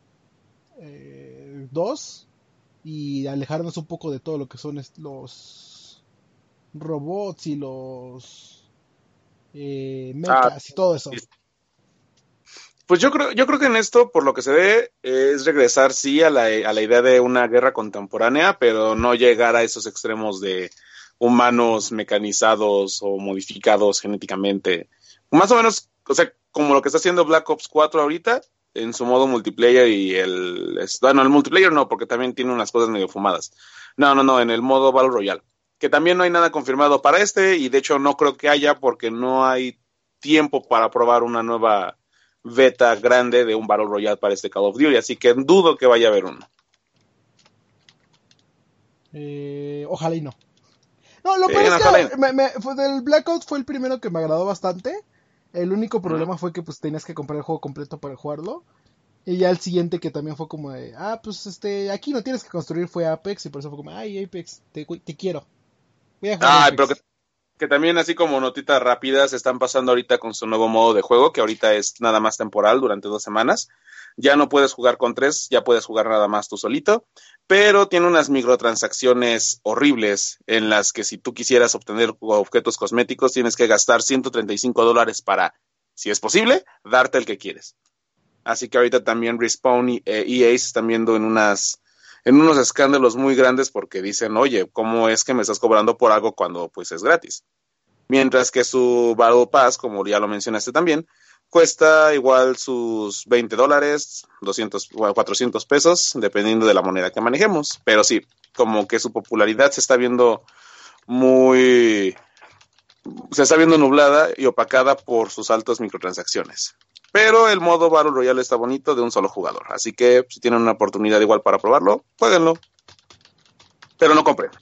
eh, dos y alejarnos un poco de todo lo que son est- los robots y los eh, Ah, mechas y todo eso. pues yo creo, yo creo que en esto, por lo que se ve, es regresar sí a la, a la idea de una guerra contemporánea, pero no llegar a esos extremos de humanos mecanizados o modificados genéticamente. Más o menos, o sea, como lo que está haciendo Black Ops cuatro ahorita, en su modo multiplayer y el... Bueno, el multiplayer no, porque también tiene unas cosas medio fumadas. No, no, no, en el modo Battle Royale. Que también no hay nada confirmado para este, y de hecho no creo que haya porque no hay tiempo para probar una nueva beta grande de un Battle Royale para este Call of Duty, así que dudo que vaya a haber uno. Eh, ojalá y no. No, lo Sí, peor es no, ojalá y no. que me, me, fue del Blackout fue el primero que me agradó bastante. El único Ujú. problema fue que pues tenías que comprar el juego completo para jugarlo. Y ya el siguiente que también fue como de, ah, pues este, aquí no tienes que construir fue Apex. Y por eso fue como, ay, Apex, te, te quiero. Voy a jugar Ah, pero que, Apex. que también así como notitas rápidas están pasando ahorita con su nuevo modo de juego, que ahorita es nada más temporal durante dos semanas. Ya no puedes jugar con tres, ya puedes jugar nada más tú solito, pero tiene unas microtransacciones horribles en las que si tú quisieras obtener objetos cosméticos tienes que gastar ciento treinta y cinco dólares para, si es posible, darte el que quieres. Así que ahorita también Respawn y eh, E A se están viendo en unas en unos escándalos muy grandes porque dicen, oye, ¿cómo es que me estás cobrando por algo cuando pues es gratis? Mientras que su Battle Pass, como ya lo mencionaste también, cuesta igual sus veinte dólares, doscientos, bueno, cuatrocientos pesos, dependiendo de la moneda que manejemos. Pero sí, como que su popularidad se está viendo muy, se está viendo nublada y opacada por sus altas microtransacciones. Pero el modo Battle Royale está bonito de un solo jugador. Así que si tienen una oportunidad igual para probarlo, jueguenlo. Pero no compren.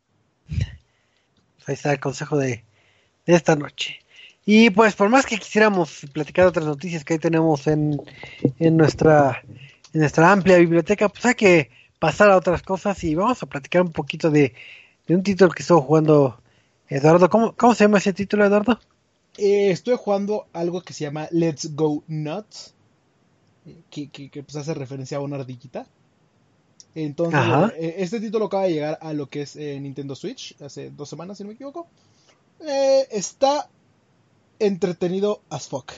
ahí está el consejo de, de esta noche. Y pues por más que quisiéramos platicar otras noticias que ahí tenemos en, en nuestra en nuestra amplia biblioteca, pues hay que pasar a otras cosas y vamos a platicar un poquito de, de un título que estuvo jugando Eduardo. ¿Cómo, cómo se llama ese título, Eduardo? Eh, estoy jugando algo que se llama Let's Go Nuts. eh, Que, que, que, pues hace referencia a una ardillita. Entonces, Ajá. eh, este título acaba de llegar a lo que es eh, Nintendo Switch hace dos semanas, si no me equivoco. Eh, está entretenido as fuck.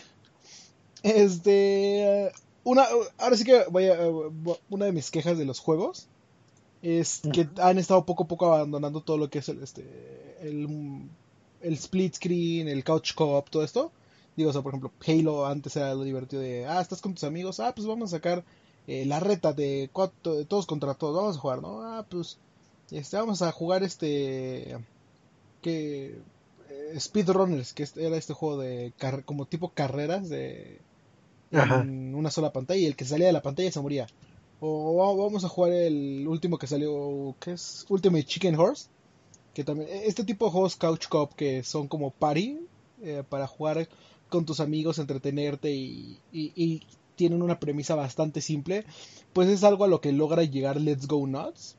Este. Una, ahora sí que voy a, una de mis quejas de los juegos es que han estado poco a poco abandonando todo lo que es el, este, el, el split screen, el couch co-op, todo esto. Digo, o sea, por ejemplo, Halo antes era lo divertido de, ah, estás con tus amigos, ah, pues vamos a sacar eh, la reta de, cuatro, de todos contra todos, vamos a jugar, ¿no? Ah, pues este, vamos a jugar este, que eh, Speedrunners, que era este juego de como tipo carreras de Ajá. en una sola pantalla y el que salía de la pantalla se moría. O vamos a jugar el último que salió, que es Ultimate Chicken Horse, que también este tipo de juegos couch co-op que son como party eh, para jugar con tus amigos, entretenerte y, y, y tienen una premisa bastante simple, pues es algo a lo que logra llegar Let's Go Nuts,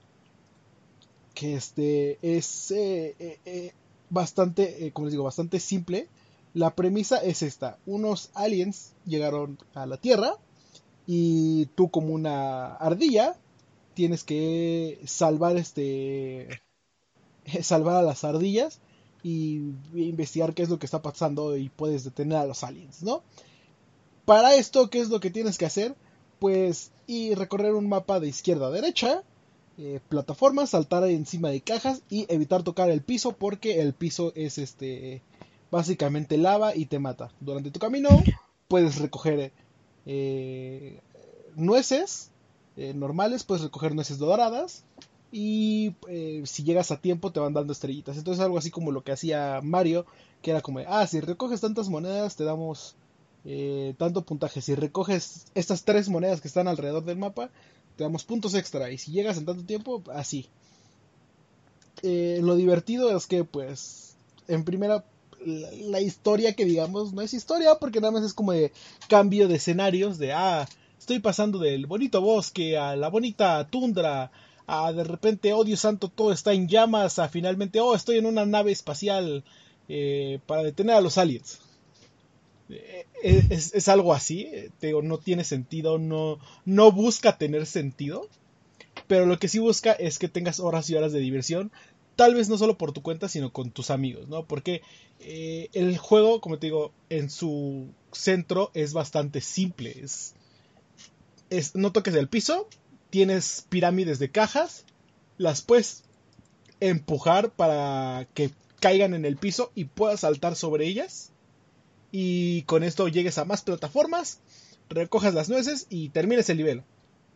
que este es eh, eh, eh, bastante, eh, como les digo, bastante simple, La premisa es esta. Unos aliens llegaron a la Tierra y tú como una ardilla tienes que salvar este salvar a las ardillas y investigar qué es lo que está pasando y puedes detener a los aliens, ¿no? Para esto, ¿qué es lo que tienes que hacer? Pues y recorrer un mapa de izquierda a derecha, eh, plataformas, saltar encima de cajas y evitar tocar el piso porque el piso es este básicamente lava y te mata. Durante tu camino puedes recoger eh, nueces eh, normales, puedes recoger nueces doradas y eh, si llegas a tiempo te van dando estrellitas. Entonces algo así como lo que hacía Mario, que era como, ah, si recoges tantas monedas te damos eh, tanto puntaje. Si recoges estas tres monedas que están alrededor del mapa, te damos puntos extra. Y si llegas en tanto tiempo, así. Eh, lo divertido es que, pues, en primera, la, la historia que digamos no es historia, porque nada más es como de cambio de escenarios, de, ah, estoy pasando del bonito bosque a la bonita tundra, a de repente, oh Dios santo, todo está en llamas, a finalmente, oh, estoy en una nave espacial eh, para detener a los aliens. Es, es algo así, te digo, no tiene sentido, no, no busca tener sentido, pero lo que sí busca es que tengas horas y horas de diversión, tal vez no solo por tu cuenta, sino con tus amigos, ¿no? Porque eh, el juego, como te digo, en su centro es bastante simple, es, es no toques el piso, tienes pirámides de cajas, las puedes empujar para que caigan en el piso y puedas saltar sobre ellas. Y con esto llegues a más plataformas, recojas las nueces y termines el nivel.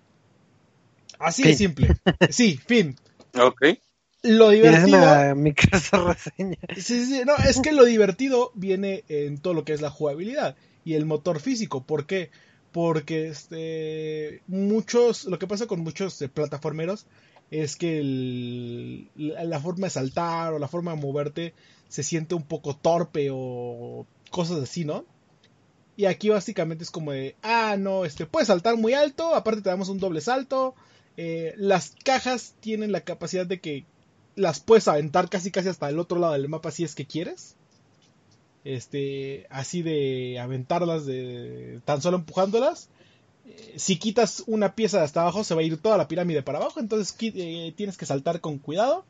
Así Fin. de simple. Sí, fin. Ok. Lo divertido... Es una microreseña. Sí, sí, no, es que lo divertido viene en todo lo que es la jugabilidad y el motor físico. ¿Por qué? Porque este, muchos, lo que pasa con muchos eh, plataformeros es que el, la, la forma de saltar o la forma de moverte se siente un poco torpe o cosas así, ¿no? Y aquí básicamente es como de, ah, no, este, puedes saltar muy alto, aparte te damos un doble salto. Eh, las cajas tienen la capacidad de que las puedes aventar casi casi hasta el otro lado del mapa si es que quieres. Este, así de aventarlas de tan solo empujándolas. Eh, si quitas una pieza de hasta abajo se va a ir toda la pirámide para abajo, entonces eh, tienes que saltar con cuidado.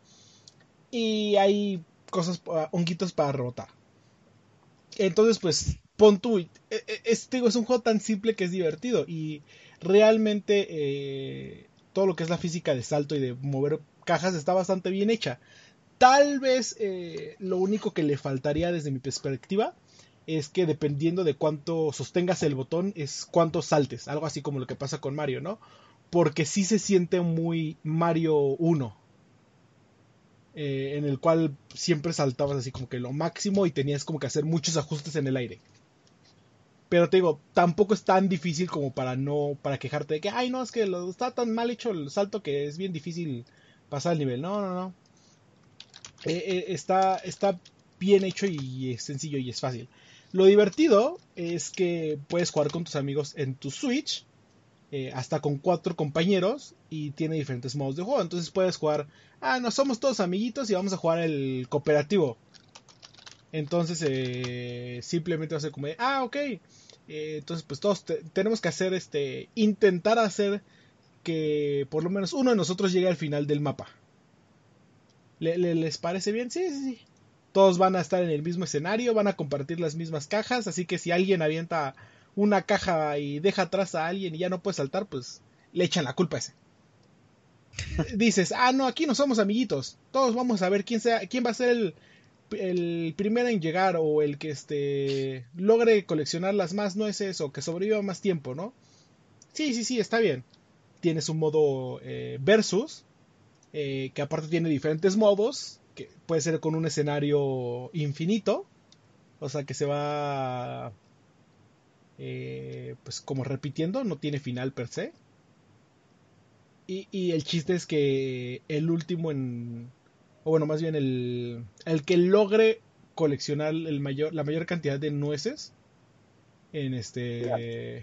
Y hay cosas, uh, honguitos para rebotar. Entonces, pues, pon tú. Este es un juego tan simple que es divertido. Y realmente eh, todo lo que es la física de salto y de mover cajas está bastante bien hecha. Tal vez eh, lo único que le faltaría desde mi perspectiva es que dependiendo de cuánto sostengas el botón es cuánto saltes. Algo así como lo que pasa con Mario, ¿no? Porque sí se siente muy Mario uno. Eh, en el cual siempre saltabas así como que lo máximo y tenías como que hacer muchos ajustes en el aire. Pero te digo, tampoco es tan difícil como para no para quejarte de que, ay, no, es que lo, está tan mal hecho el salto que es bien difícil pasar el nivel. No, no, no. Eh, eh, está, está bien hecho y es sencillo y es fácil. Lo divertido es que puedes jugar con tus amigos en tu Switch, eh, hasta con cuatro compañeros, y tiene diferentes modos de juego. Entonces puedes jugar, ah, no somos todos amiguitos y vamos a jugar el cooperativo. Entonces eh, simplemente va a ser como de, ah, ok. Eh, entonces pues todos te, tenemos que hacer este, intentar hacer que por lo menos uno de nosotros llegue al final del mapa. ¿Le, le, ¿Les parece bien? Sí, sí, sí. Todos van a estar en el mismo escenario, van a compartir las mismas cajas, así que si alguien avienta una caja y deja atrás a alguien y ya no puede saltar, pues le echan la culpa a ese. Dices, ah, no, aquí no somos amiguitos, todos vamos a ver quién sea, quién va a ser el, el primero en llegar o el que este logre coleccionar las más nueces o que sobreviva más tiempo, ¿no? Sí, sí, sí, está bien. Tienes un modo eh, versus, eh, que aparte tiene diferentes modos, que puede ser con un escenario infinito, o sea que se va eh, pues como repitiendo, no tiene final per se. Y, y el chiste es que el último en, o bueno, más bien el, el que logre coleccionar el mayor, la mayor cantidad de nueces en este...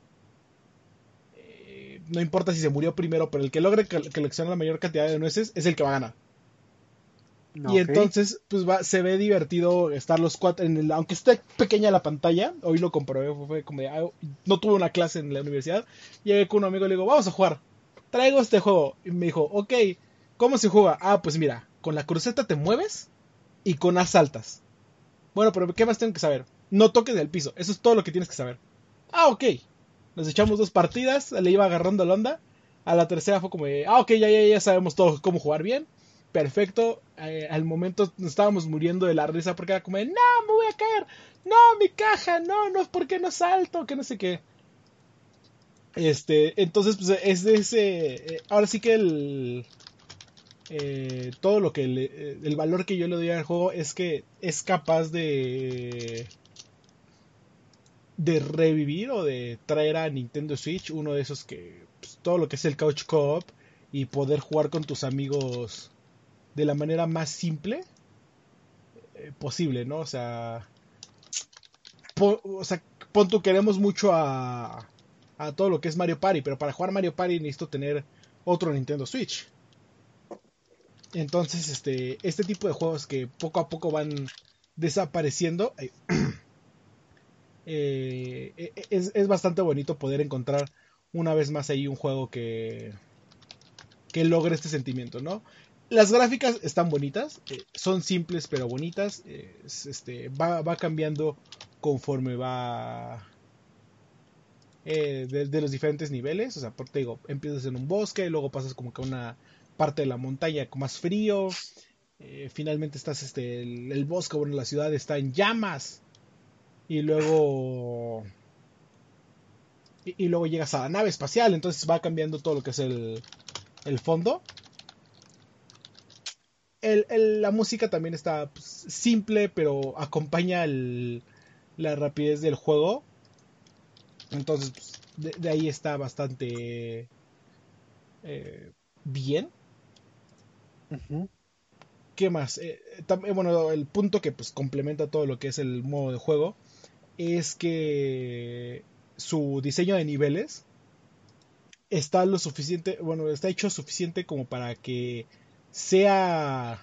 Eh, no importa si se murió primero, pero el que logre coleccionar la mayor cantidad de nueces es el que va a ganar. No, y ok. entonces, pues va, se ve divertido estar los cuatro, en el, aunque esté pequeña la pantalla, hoy lo comprobé, fue, fue como de, ah, no tuve una clase en la universidad, llegué con un amigo y le digo, vamos a jugar, traigo este juego, y me dijo, ok, ¿cómo se juega? Ah, pues mira, con la cruceta te mueves y con A saltas. Bueno, pero ¿qué más tengo que saber? No toques el piso, eso es todo lo que tienes que saber. Ah, ok, nos echamos dos partidas, le iba agarrando la onda, a la tercera fue como de, ah, ok, ya, ya, ya sabemos todos cómo jugar bien. Perfecto, eh, al momento nos estábamos muriendo de la risa porque era como de, no, me voy a caer, no, mi caja, no, no, ¿por qué no salto? Que no sé qué. Este, entonces, pues es de ese, eh, ahora sí que el, eh, todo lo que, le, eh, el valor que yo le doy al juego es que es capaz de, de revivir o de traer a Nintendo Switch uno de esos que, pues, todo lo que es el couch co-op y poder jugar con tus amigos de la manera más simple eh, posible, ¿no? O sea, po, o sea, pon tú, queremos mucho a, a todo lo que es Mario Party, pero para jugar Mario Party necesito tener otro Nintendo Switch. Entonces, este, este tipo de juegos que poco a poco van desapareciendo, eh, eh, es, es bastante bonito poder encontrar una vez más ahí un juego que, que logre este sentimiento, ¿no? Las gráficas están bonitas, eh, son simples pero bonitas, eh, este, va, va cambiando conforme va eh, de, de, los diferentes niveles, o sea, por, te digo, empiezas en un bosque, luego pasas como que a una parte de la montaña con más frío, eh, finalmente estás, este, el, el bosque, bueno, la ciudad está en llamas, y luego... Y, y luego llegas a la nave espacial, entonces va cambiando todo lo que es el, el fondo. El, el, la música también está pues, simple, pero acompaña el, la rapidez del juego. Entonces, pues, de, de, ahí está bastante eh, bien. Uh-huh. ¿Qué más? Eh, también, bueno, el punto que pues, complementa todo lo que es el modo de juego es que su diseño de niveles está lo suficiente, bueno, está hecho suficiente como para que sea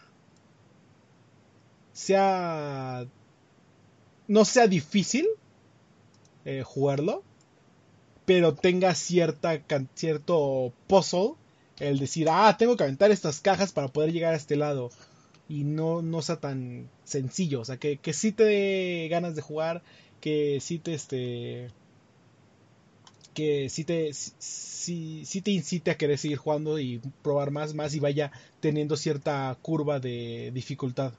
sea no sea difícil eh, jugarlo, pero tenga cierta cierto puzzle, el decir, ah, tengo que aventar estas cajas para poder llegar a este lado, y no, no sea tan sencillo, o sea, que, que sí te dé ganas de jugar, que sí te este que sí te sí, sí te incite a querer seguir jugando y probar más, más y vaya teniendo cierta curva de dificultad.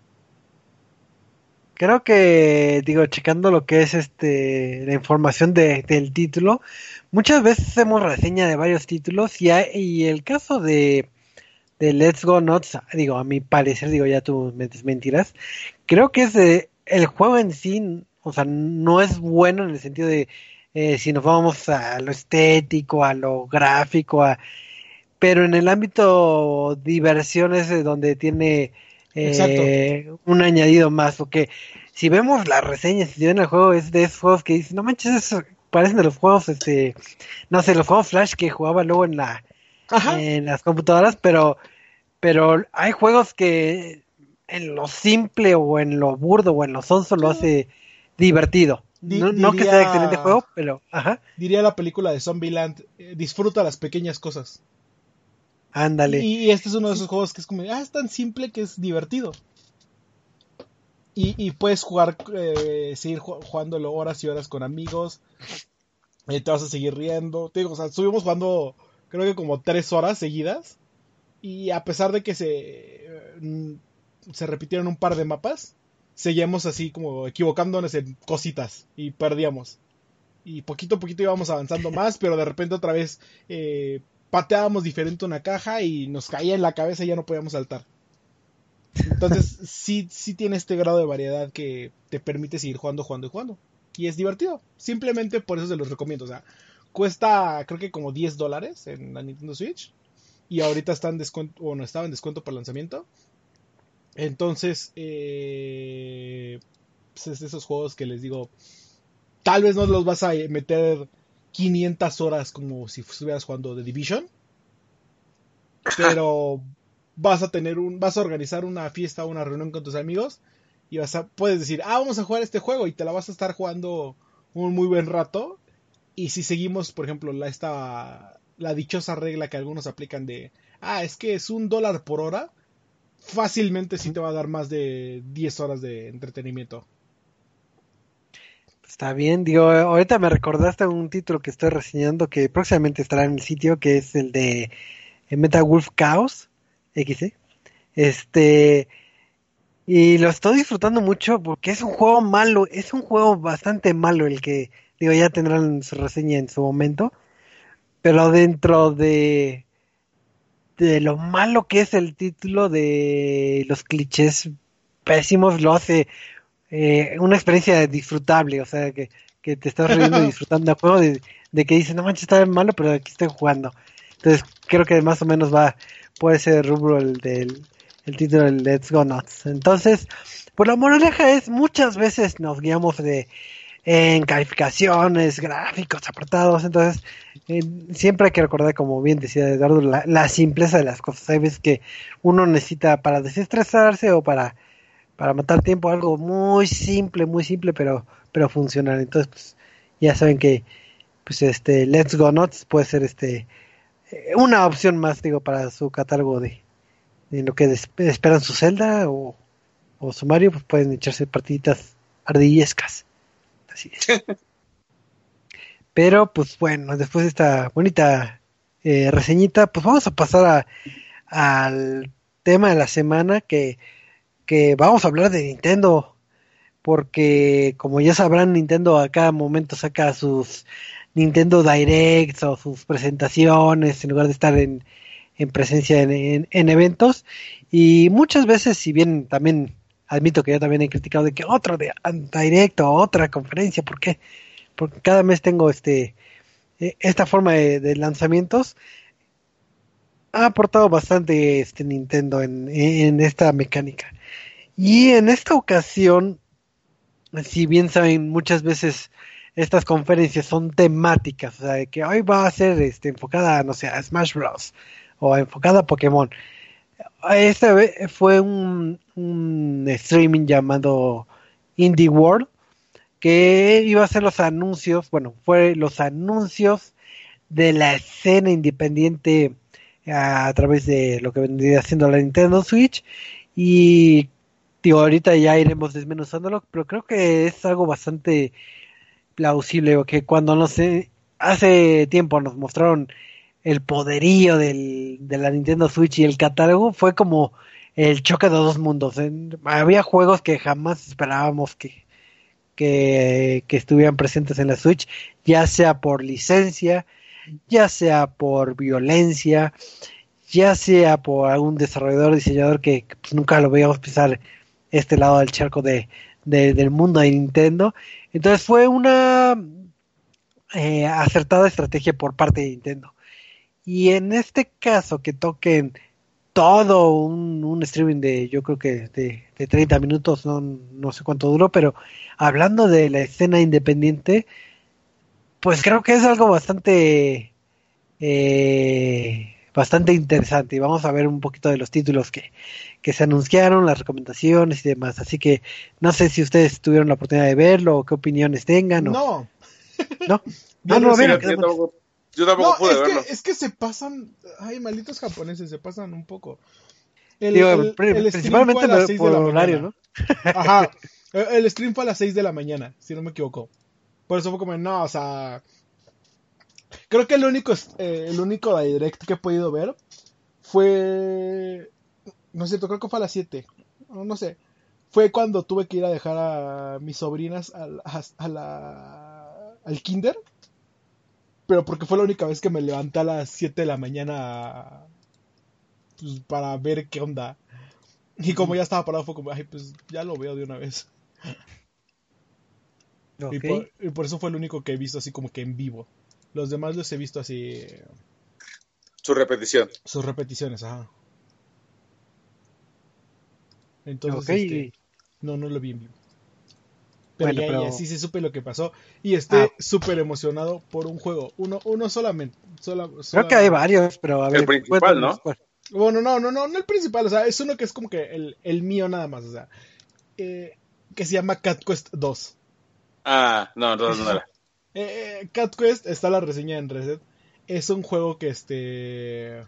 Creo que, digo, checando lo que es este la información de, del título, muchas veces hacemos reseña de varios títulos y, hay, y el caso de, de Let's Go Nuts, digo, a mi parecer, digo, ya tú me desmentirás, creo que es de, el juego en sí, o sea, no es bueno en el sentido de eh, si nos vamos a lo estético, a lo gráfico, a, pero en el ámbito diversiones es donde tiene Exacto. eh, un añadido más, porque si vemos las reseñas, si ven el juego, es de esos juegos que dicen, no manches, eso parecen de los juegos, este, no sé, los juegos Flash que jugaba luego en la Ajá. en las computadoras, pero pero hay juegos que en lo simple o en lo burdo o en lo sonso lo Sí. hace divertido. Di- No, no que sea excelente diría juego, pero ajá, diría la película de Zombieland, eh, disfruta las pequeñas cosas. ándale. Y, y este es uno de Sí, esos juegos que es como, ah, es tan simple que es divertido. Y, y puedes jugar, eh, seguir jugándolo horas y horas con amigos. Eh, te vas a seguir riendo. Te digo, o sea, estuvimos jugando, creo que como tres horas seguidas. Y a pesar de que se, eh, se repitieron un par de mapas, seguíamos así como equivocándonos en cositas y perdíamos. Y poquito a poquito íbamos avanzando más, pero de repente otra vez eh, pateábamos diferente una caja y nos caía en la cabeza y ya no podíamos saltar. Entonces sí, sí tiene este grado de variedad que te permite seguir jugando, jugando y jugando. Y es divertido. Simplemente por eso se los recomiendo. O sea, cuesta creo que como diez dólares en la Nintendo Switch. Y ahorita está en descuento, bueno, estaba en descuento para el lanzamiento. Entonces, eh, pues es de esos juegos que les digo, tal vez no los vas a meter quinientas horas como si estuvieras jugando The Division. Pero vas a tener un, vas a organizar una fiesta o una reunión con tus amigos y vas a, puedes decir, ah, vamos a jugar este juego y te la vas a estar jugando un muy buen rato. Y si seguimos, por ejemplo, la esta, la dichosa regla que algunos aplican de, ah, es que es un dólar por hora, fácilmente sí te va a dar más de diez horas de entretenimiento. Está bien, digo, ahorita me recordaste un título que estoy reseñando que próximamente estará en el sitio, que es el de Metal Wolf Chaos X, ¿eh? Este, y lo estoy disfrutando mucho porque es un juego malo, es un juego bastante malo el que, digo, ya tendrán su reseña en su momento, pero dentro de, de lo malo que es el título, de los clichés pésimos, lo hace eh, una experiencia disfrutable, o sea, que, que te estás riendo y disfrutando el juego, de, de que dices, no manches, está malo, pero aquí estoy jugando. Entonces, creo que más o menos va, puede ser rubro el del el título del Let's Go Nuts. Entonces, pues la moraleja es, muchas veces nos guiamos de en calificaciones, gráficos, apartados, entonces eh, siempre hay que recordar, como bien decía Eduardo, la, la simpleza de las cosas. Hay veces que uno necesita para desestresarse o para, para matar tiempo algo muy simple, muy simple, pero, pero funcional. Entonces, pues, ya saben que pues este Let's Go Nuts puede ser este eh, una opción más, digo, para su catálogo de, de lo que des- esperan su Zelda o, o su Mario, pues pueden echarse partiditas ardillescas. Así es. Pero, pues bueno, después de esta bonita eh, reseñita, pues vamos a pasar a, al tema de la semana, que, que vamos a hablar de Nintendo, porque como ya sabrán, Nintendo a cada momento saca sus Nintendo Directs o sus presentaciones en lugar de estar en, en presencia en, en, en eventos, y muchas veces, si bien también admito que yo también he criticado de que otro de Direct o otra conferencia, ¿por qué? Porque cada mes tengo este eh, esta forma de, de lanzamientos. Ha aportado bastante este Nintendo en, en esta mecánica. Y en esta ocasión, si bien saben, muchas veces estas conferencias son temáticas, o sea, de que hoy va a ser este, enfocada, no sé, a Smash Bros. O enfocada a Pokémon. Esta vez fue un, un streaming llamado Indie World, que iba a ser los anuncios, bueno, fue los anuncios de la escena independiente a, a través de lo que vendría haciendo la Nintendo Switch. Y digo, ahorita ya iremos desmenuzándolo, pero creo que es algo bastante plausible, que cuando no sé, hace tiempo nos mostraron el poderío del, de la Nintendo Switch y el catálogo, fue como el choque de dos mundos. En, había juegos que jamás esperábamos que, que, que estuvieran presentes en la Switch, ya sea por licencia, ya sea por violencia, ya sea por algún desarrollador, diseñador que, que pues, nunca lo veíamos pisar este lado del charco de, de, del mundo de Nintendo. Entonces fue una eh, acertada estrategia por parte de Nintendo. Y en este caso, que toquen todo un, un streaming de, yo creo que de, de treinta minutos, no, no sé cuánto duró, pero hablando de la escena independiente, pues creo que es algo bastante eh, bastante interesante, y vamos a ver un poquito de los títulos que, que se anunciaron, las recomendaciones y demás. Así que no sé si ustedes tuvieron la oportunidad de verlo o qué opiniones tengan. O... No. ¿No? Yo, Ah, no, no mira, yo tampoco, yo tampoco No, pude es verlo. que, es que se pasan. Ay, malditos japoneses, se pasan un poco. El, Digo, el, pri- el stream principalmente fue a las seis por de la horario, mañana. ¿no? Ajá. El, el stream fue a las seis de la mañana, si no me equivoco. Por eso fue como, no, o sea. Creo que el único, eh, el único direct que he podido ver fue. No es cierto, creo que fue a las siete. No, no sé. Fue cuando tuve que ir a dejar a mis sobrinas a, a, a la, al kinder. Pero porque fue la única vez que me levanté a las siete de la mañana pues, para ver qué onda. Y como ya estaba parado fue como, ay, pues ya lo veo de una vez. Ok. Y, por, y por eso fue el único que he visto así como que en vivo. Los demás los he visto así... Su repetición. Sus repeticiones, ajá. Entonces, Ok. este... No, no lo vi en vivo. Pero Bueno, ya, pero... ya sí sé supe lo que pasó. Y estoy súper ah. emocionado por un juego. Uno, uno solamente. Sola, sola... Creo que hay varios, pero a ver. El principal, ¿no? Cuál. Bueno, no, no, no, no el principal, o sea, es uno que es como que el, el mío nada más, o sea, eh, que se llama Cat Quest dos. Ah, no, no, no era. eh, Cat Quest, está la reseña en Reset, es un juego que este...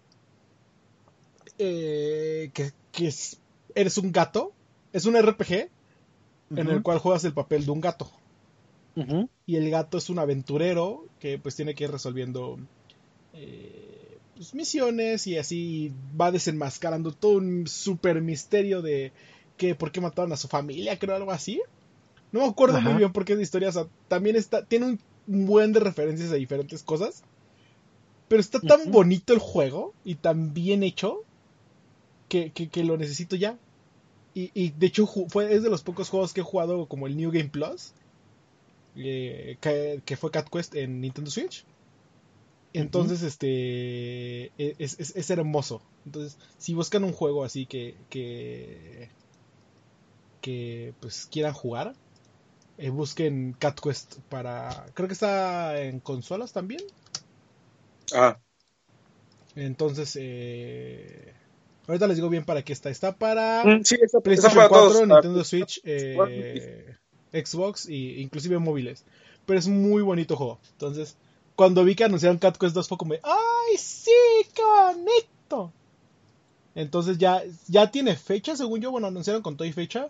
Eh, que, que es, eres un gato, es un R P G uh-huh. en el cual juegas el papel de un gato. Uh-huh. Y el gato es un aventurero que pues tiene que ir resolviendo eh, pues, misiones y así va desenmascarando todo un super misterio de que por qué mataron a su familia, creo algo así. No me acuerdo uh-huh. muy bien por qué es de historia, o sea, también está, tiene un buen de referencias a diferentes cosas, pero está tan uh-huh. bonito el juego y tan bien hecho que, que, que lo necesito ya. Y, y de hecho fue, es de los pocos juegos que he jugado como el New Game Plus. Eh, que, que fue Cat Quest en Nintendo Switch. Entonces, uh-huh. este es, es, es hermoso. Entonces, si buscan un juego así que que, que pues quieran jugar, eh, busquen Cat Quest para... Creo que está en consolas también. Ah. Entonces, eh, ahorita les digo bien para qué está. Está para mm, sí, está, PlayStation está para cuatro, todos, Nintendo para... Switch, eh, Xbox e inclusive móviles. Pero es muy bonito juego. Entonces, cuando vi que anunciaron Cat Quest dos fue como, ¡ay, sí, qué bonito! Entonces ya, ya tiene fecha, según yo. Bueno, anunciaron con todo y fecha.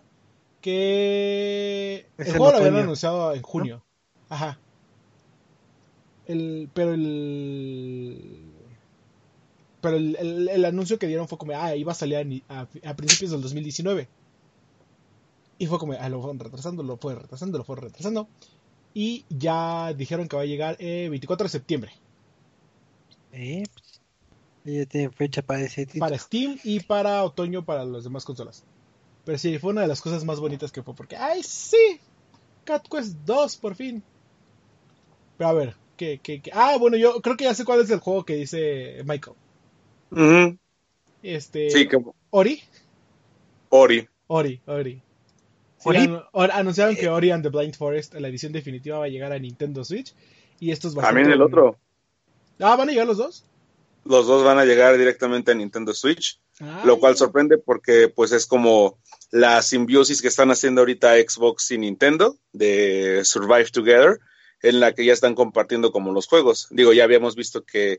Que es el juego el lo habían otoño. anunciado en junio. ¿No? Ajá. El, pero el... Pero el, el, el anuncio que dieron fue como, ah, iba a salir a, a, a principios del dos mil diecinueve. Y fue como, ah, lo fueron retrasando, lo fueron retrasando, lo fueron retrasando. Y ya dijeron que va a llegar el eh, veinticuatro de septiembre. Eh, ya tienen fecha para ese título. Para Steam y para otoño para las demás consolas. Pero sí, fue una de las cosas más bonitas que fue porque, ¡ay, sí! Cat Quest dos, por fin. Pero a ver, ¿qué, qué, qué? Ah, bueno, yo creo que ya sé cuál es el juego que dice Michael. Uh-huh. Este... Sí, que... ¿Ori? Ori. Ori, Ori. Sí, ¿Ori? an- anunciaron que Ori and the Blind Forest, la edición definitiva, va a llegar a Nintendo Switch. Y esto es bastante... También el otro. Ah, ¿van a llegar los dos? Los dos van a llegar directamente a Nintendo Switch, Ay. Lo cual sorprende porque pues es como la simbiosis que están haciendo ahorita Xbox y Nintendo de Survive Together, en la que ya están compartiendo como los juegos. Digo, ya habíamos visto que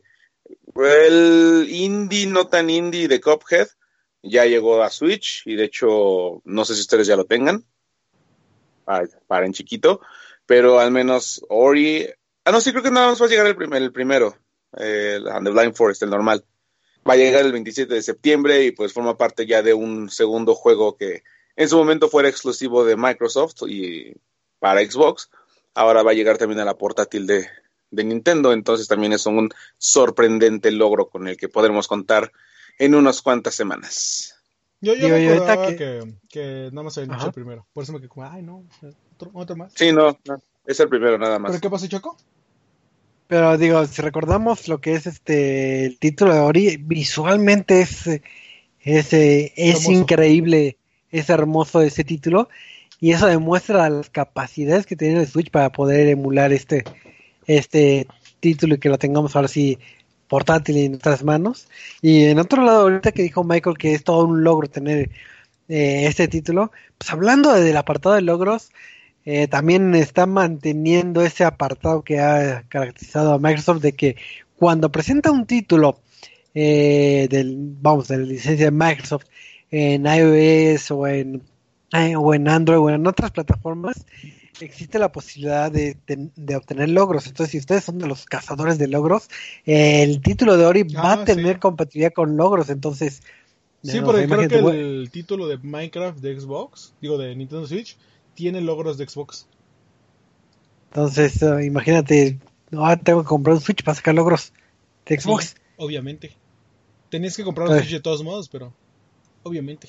el indie, no tan indie de Cuphead, ya llegó a Switch y de hecho, no sé si ustedes ya lo tengan, para, para en chiquito, pero al menos Ori... Ah, no, sí, creo que nada más va a llegar el, primer, el primero, eh, And the Blind Forest, el normal. Va a llegar el veintisiete de septiembre y pues forma parte ya de un segundo juego que en su momento fuera exclusivo de Microsoft y para Xbox. Ahora va a llegar también a la portátil de, de Nintendo, entonces también es un sorprendente logro con el que podremos contar en unas cuantas semanas. Yo, yo Digo, me y ahorita acordaba que- que... Que, nada más habían dicho Ajá. el primero. Por eso me quedé como, ay, no, otro, otro más. Sí, no, no, es el primero nada más. ¿Pero qué pasó, Choco? Pero digo, si recordamos lo que es este el título de Ori, visualmente es, eh, es, eh, es Hermoso. increíble, es hermoso ese título, y eso demuestra las capacidades que tiene el Switch para poder emular este, este título y que lo tengamos ahora sí portátil en nuestras manos. Y en otro lado, ahorita que dijo Michael que es todo un logro tener eh, este título, pues hablando del apartado de logros, eh, también está manteniendo ese apartado que ha caracterizado a Microsoft de que cuando presenta un título eh, del, vamos, de la licencia de Microsoft en iOS o en, eh, o en Android o en otras plataformas, existe la posibilidad de, de, de obtener logros. Entonces, si ustedes son de los cazadores de logros, eh, el título de Ori Ah, va a tener sí. compatibilidad con logros. Entonces, Sí, no, porque o sea, creo que imagínate, el título de Minecraft de Xbox, digo de Nintendo Switch, tiene logros de Xbox. entonces, uh, imagínate, no, ah, tengo que comprar un Switch para sacar logros de Xbox. Sí, obviamente. Tenías que comprar un Ay. Switch de todos modos, pero obviamente.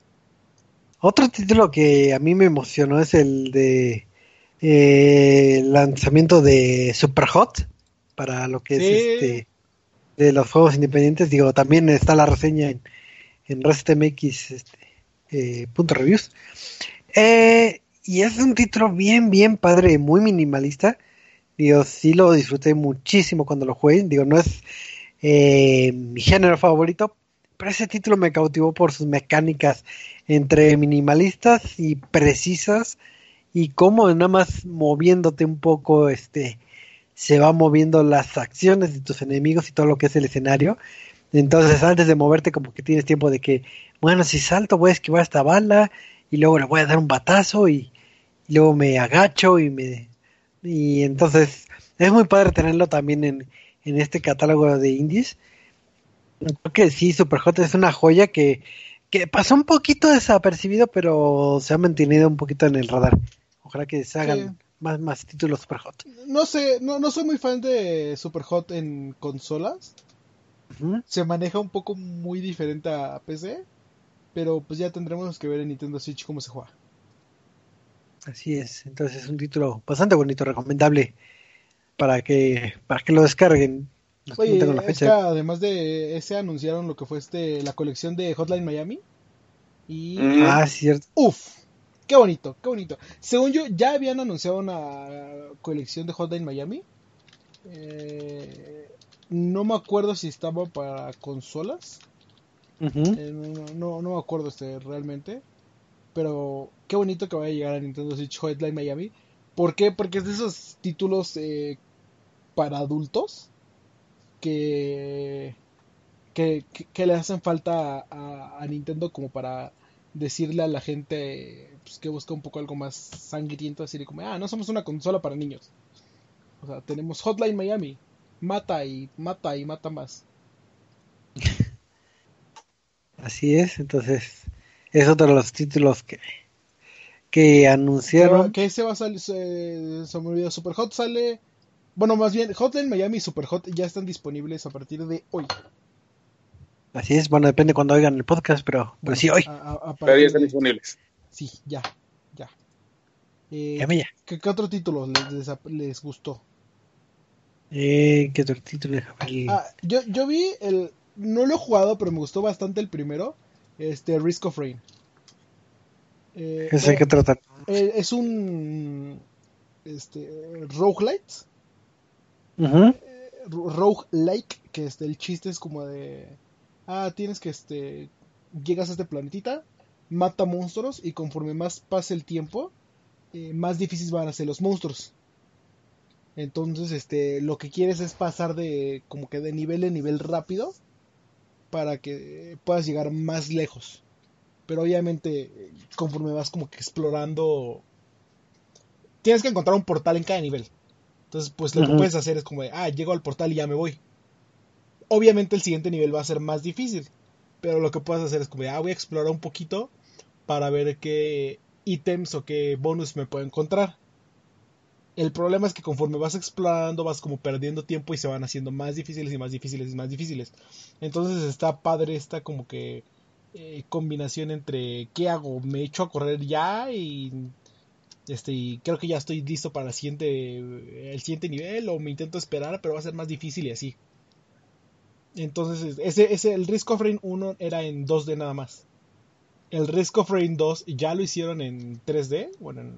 Otro título que a mí me emocionó es el de eh, el lanzamiento de Super Hot para lo que Sí. es este de los juegos independientes. Digo, también está la reseña en, en ResetMX este, eh, punto reviews. Eh, y es un título bien, bien padre, muy minimalista. Digo, sí lo disfruté muchísimo cuando lo jugué. Digo, no es eh, mi género favorito, pero ese título me cautivó por sus mecánicas entre minimalistas y precisas, y cómo nada más moviéndote un poco, este, se va moviendo las acciones de tus enemigos y todo lo que es el escenario. Entonces, antes de moverte, como que tienes tiempo de que, bueno, si salto voy a esquivar esta bala, y luego le voy a dar un batazo, y, y luego me agacho, y me y entonces es muy padre tenerlo también en, en este catálogo de indies. Creo que sí, Superhot es una joya que, que pasó un poquito desapercibido, pero se ha mantenido un poquito en el radar. Ojalá que se hagan Sí. más, más títulos Superhot. No sé, no, no soy muy fan de Superhot en consolas. Ujú. Se maneja un poco muy diferente a P C. Pero pues ya tendremos que ver en Nintendo Switch cómo se juega. Así es, entonces es un título bastante bonito, recomendable para que para que lo descarguen. No, no tengo la Oye, es que fecha. además de ese anunciaron lo que fue este la colección de Hotline Miami. Y Ujú. Ah, sí, cierto. uff, qué bonito, qué bonito. Según yo, ya habían anunciado una colección de Hotline Miami. Eh, no me acuerdo si estaba para consolas. Ujú. Eh, no, no, no, no me acuerdo este realmente. Pero qué bonito que vaya a llegar a Nintendo Switch Hotline Miami. ¿Por qué? Porque es de esos títulos eh, para adultos que, que, que, que le hacen falta a, a Nintendo como para decirle a la gente pues, que busca un poco algo más sangriento, así de como, ah, no somos una consola para niños. O sea, tenemos Hotline Miami, mata y mata y mata más. Así es, entonces es otro de los títulos que, que Que, va, anunciaron. que ese va a salir, se, se me olvidó, Superhot sale, bueno, más bien, Hotline Miami y Superhot ya están disponibles a partir de hoy. Así es, bueno, depende cuando oigan el podcast, pero, pero Bueno, sí, hoy. a, a, a Pero ya partir están de, disponibles. sí, ya, ya. Eh, Llame ya. ¿qué, ¿Qué otro título les, les, les gustó? Eh, ¿qué otro título? Déjame ver el- Ah, yo, yo vi el. No lo he jugado, pero me gustó bastante el primero. Este, Risk of Rain. Eh, Ese eh, que trata. eh, es un. Este. Roguelite. Ujú. Roguelike. Que este, el chiste es como de. Ah, tienes que este. Llegas a este planetita. Mata monstruos. Y conforme más pase el tiempo. Eh, más difíciles van a ser los monstruos. Entonces, este. Lo que quieres es pasar de. Como que de nivel en nivel rápido. Para que puedas llegar más lejos. Pero obviamente, conforme vas como que explorando, tienes que encontrar un portal en cada nivel. Entonces, pues lo que Ujú. puedes hacer es como de, ah, llego al portal y ya me voy. Obviamente el siguiente nivel va a ser más difícil. Pero lo que puedes hacer es como de, ah, voy a explorar un poquito para ver qué ítems o qué bonus me puedo encontrar. El problema es que conforme vas explorando vas como perdiendo tiempo y se van haciendo más difíciles y más difíciles y más difíciles. Entonces está padre esta como que eh, combinación entre qué hago, me echo a correr ya y este y creo que ya estoy listo para el siguiente el siguiente nivel o me intento esperar pero va a ser más difícil y así. Entonces ese, ese el Risk of Rain uno era en dos D nada más. El Risk of Rain dos ya lo hicieron en tres D, bueno en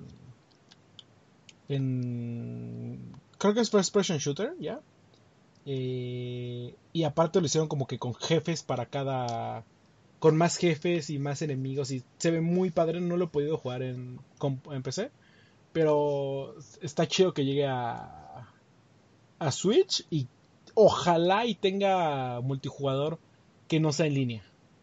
en creo que es First Person Shooter, ¿ya? Eh, y aparte lo hicieron como que con jefes para cada... Con más jefes y más enemigos y se ve muy padre, no lo he podido jugar en, en P C, pero está chido que llegue a, a Switch y ojalá y tenga multijugador que no sea en línea.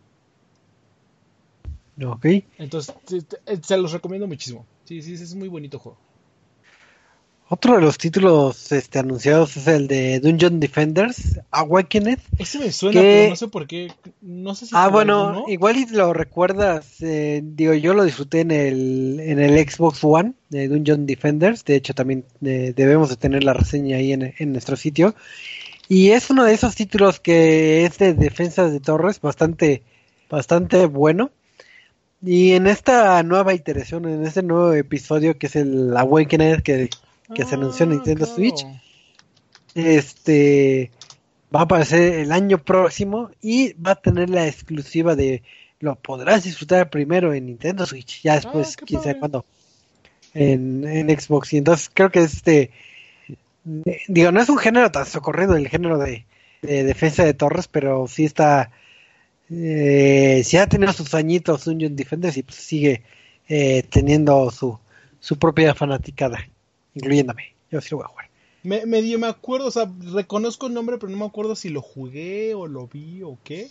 Ok. Entonces te, te, se los recomiendo muchísimo. Sí, sí, es muy bonito juego. Otro de los títulos este, anunciados es el de Dungeon Defenders Awakened. Ese me suena, pero no Que, sé por qué. No sé si ah, jugué bueno, alguno. igual y lo recuerdas. Eh, digo, yo lo disfruté en el, en el Xbox One de Dungeon Defenders. De hecho, también eh, debemos de tener la reseña ahí en, en nuestro sitio. Y es uno de esos títulos que es de defensa de torres, bastante, bastante bueno. Y en esta nueva iteración, en este nuevo episodio que es el Awakened que, que se anunció en Ah, Nintendo Switch, claro. este va a aparecer el año próximo y va a tener la exclusiva de lo podrás disfrutar primero en Nintendo Switch, ya Ah, después qué quién sabe padre. cuándo en, en Xbox. Y entonces creo que este eh, digo, no es un género tan socorrido el género de, de defensa de torres, pero sí está eh, si ha tenido sus añitos Dungeon Defenders y pues sigue eh, teniendo su, su propia fanaticada, incluyéndome. Yo sí lo voy a jugar. Me, medio me acuerdo, o sea, reconozco el nombre, pero no me acuerdo si lo jugué o lo vi o qué.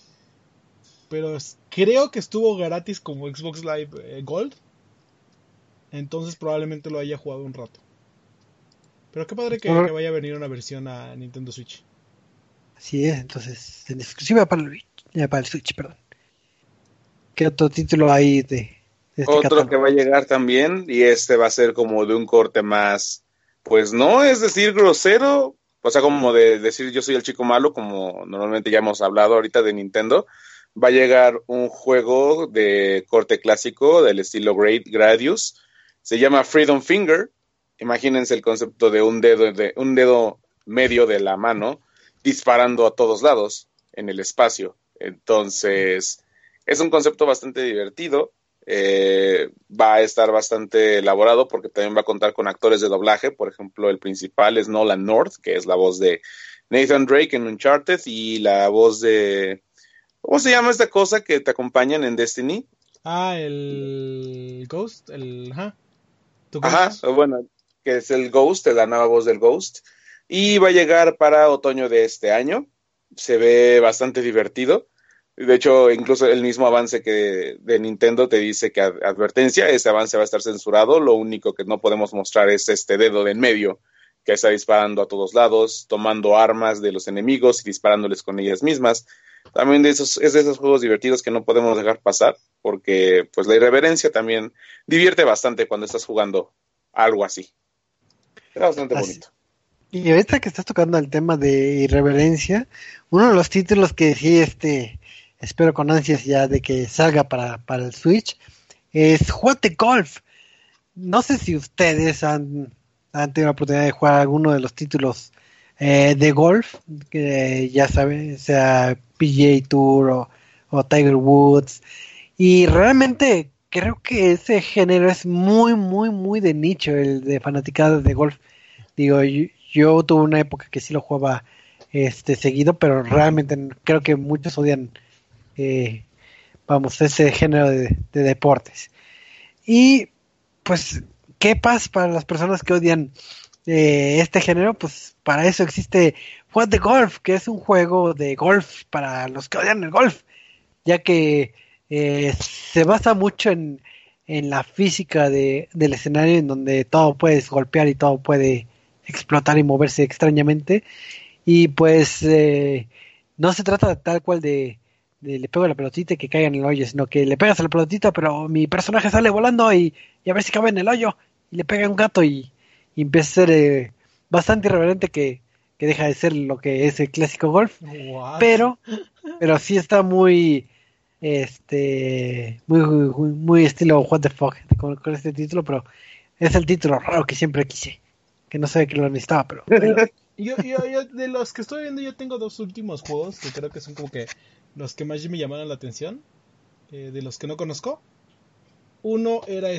Pero es, creo que estuvo gratis como Xbox Live eh, Gold. Entonces probablemente lo haya jugado un rato. Pero qué padre que, que vaya a venir una versión a Nintendo Switch. Así es, entonces, en exclusiva para el, eh, para el Switch, perdón. ¿Qué otro título hay de, de este Otro catálogo? que va a llegar también, y este va a ser como de un corte más, pues no es decir grosero, o sea, como de decir yo soy el chico malo, como normalmente ya hemos hablado ahorita de Nintendo. Va a llegar un juego de corte clásico del estilo Gradius. Se llama Freedom Finger. Imagínense el concepto de un dedo, de un dedo medio de la mano disparando a todos lados en el espacio. Entonces, es un concepto bastante divertido. Eh, va a estar bastante elaborado porque también va a contar con actores de doblaje. Por ejemplo, el principal es Nolan North, que es la voz de Nathan Drake en Uncharted, y la voz de... ¿Cómo se llama esta cosa que te acompañan en Destiny? Ah, el Ghost, el... Ajá. ¿Tu Ajá, Ghost? bueno, que es el Ghost, la nueva voz del Ghost. Y va a llegar para otoño de este año. Se ve bastante divertido. De hecho, incluso el mismo avance que de Nintendo te dice que advertencia, ese avance va a estar censurado. Lo único que no podemos mostrar es este dedo de en medio que está disparando a todos lados, tomando armas de los enemigos y disparándoles con ellas mismas. También de esos, es de esos juegos divertidos que no podemos dejar pasar, porque pues la irreverencia también divierte bastante cuando estás jugando algo así. Era bastante Así. bonito. Y ahorita que estás tocando el tema de irreverencia, uno de los títulos que sí este espero con ansias ya de que salga para, para el Switch es Juate Golf. No sé si ustedes han, han tenido la oportunidad de jugar alguno de los títulos eh, de golf, que ya saben, sea P G A Tour o, o Tiger Woods. Y realmente creo que ese género es muy, muy, muy de nicho, el de fanaticada de golf. Digo, yo, yo tuve una época que sí lo jugaba este seguido, pero realmente creo que muchos odian, eh, vamos, ese género de, de deportes. Y pues, ¿qué pasa para las personas que odian eh, este género? Pues para eso existe What the Golf, que es un juego de golf para los que odian el golf, ya que eh, se basa mucho en, en la física de, del escenario, en donde todo puedes golpear y todo puede explotar y moverse extrañamente. Y pues eh, no se trata tal cual de, de le pego a la pelotita y que caiga en el hoyo, sino que le pegas a la pelotita, pero mi personaje sale volando y, y a ver si cabe en el hoyo, y le pega a un gato y, y empieza a ser eh, bastante irreverente que, que deja de ser lo que es el clásico golf, What? pero pero sí está muy este muy muy, muy estilo what the fuck con, con este título, pero es el título raro que siempre quise, que no sé que lo necesitaba, pero ahí lo- Yo, yo, yo, de los que estoy viendo, yo tengo dos últimos juegos que creo que son como que los que más me llamaron la atención, eh, de los que no conozco. Uno era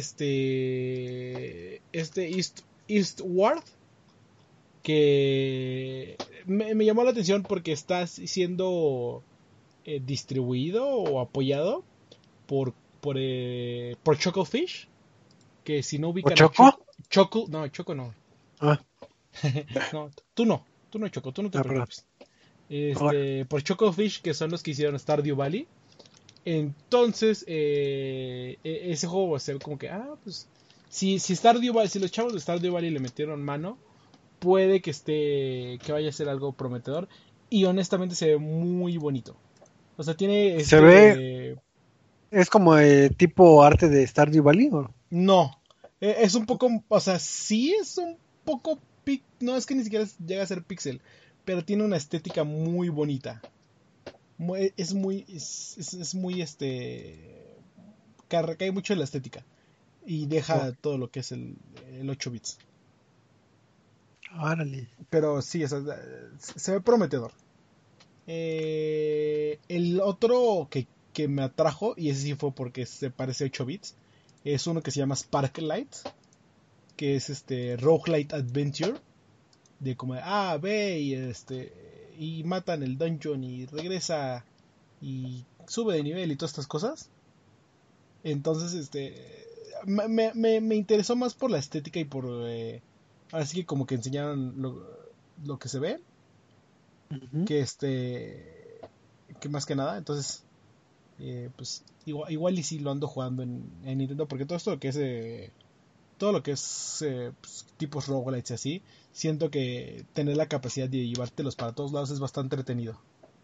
este, este East, Eastward, que me, me llamó la atención porque está siendo eh, distribuido o apoyado por por, eh, por Chocofish, que si no ubican a ¿Choco? Choco, Choco, no, Choco no, Ah, no, tú no, tú no Choco, tú no te ah, perdón. preocupes. Este, por Chocofish, que son los que hicieron Stardew Valley. Entonces, eh, e- ese juego va a ser como que, ah, pues, si, si Stardew Valley, si los chavos de Stardew Valley le metieron mano, puede que esté, que vaya a ser algo prometedor. Y honestamente se ve muy bonito. O sea, tiene Se ve, este, es como el tipo arte de Stardew Valley, ¿o? no, e- es un poco, o sea, sí es un poco, pic- no es que ni siquiera llega a ser pixel, pero tiene una estética muy bonita. Muy- es muy, es, es- es muy, este, que recae mucho en la estética y Oh, deja todo lo que es el, el ocho bits. órale. Pero sí, o sea, se ve prometedor. Eh, el otro que, que me atrajo, y ese sí fue porque se parece a ocho bits, es uno que se llama Sparklight, que es este roguelite adventure, de como, ah, ve y este y matan el dungeon y regresa y sube de nivel y todas estas cosas. Entonces, este, me, me, me interesó más por la estética y por, eh, ahora sí que como que enseñaron lo, lo que se ve, uh-huh. que este, que más que nada, entonces, eh, pues, igual, igual y sí lo ando jugando en, en Nintendo, porque todo esto que es, eh, todo lo que es eh, pues, tipos roguelites y así, siento que tener la capacidad de llevártelos para todos lados es bastante entretenido.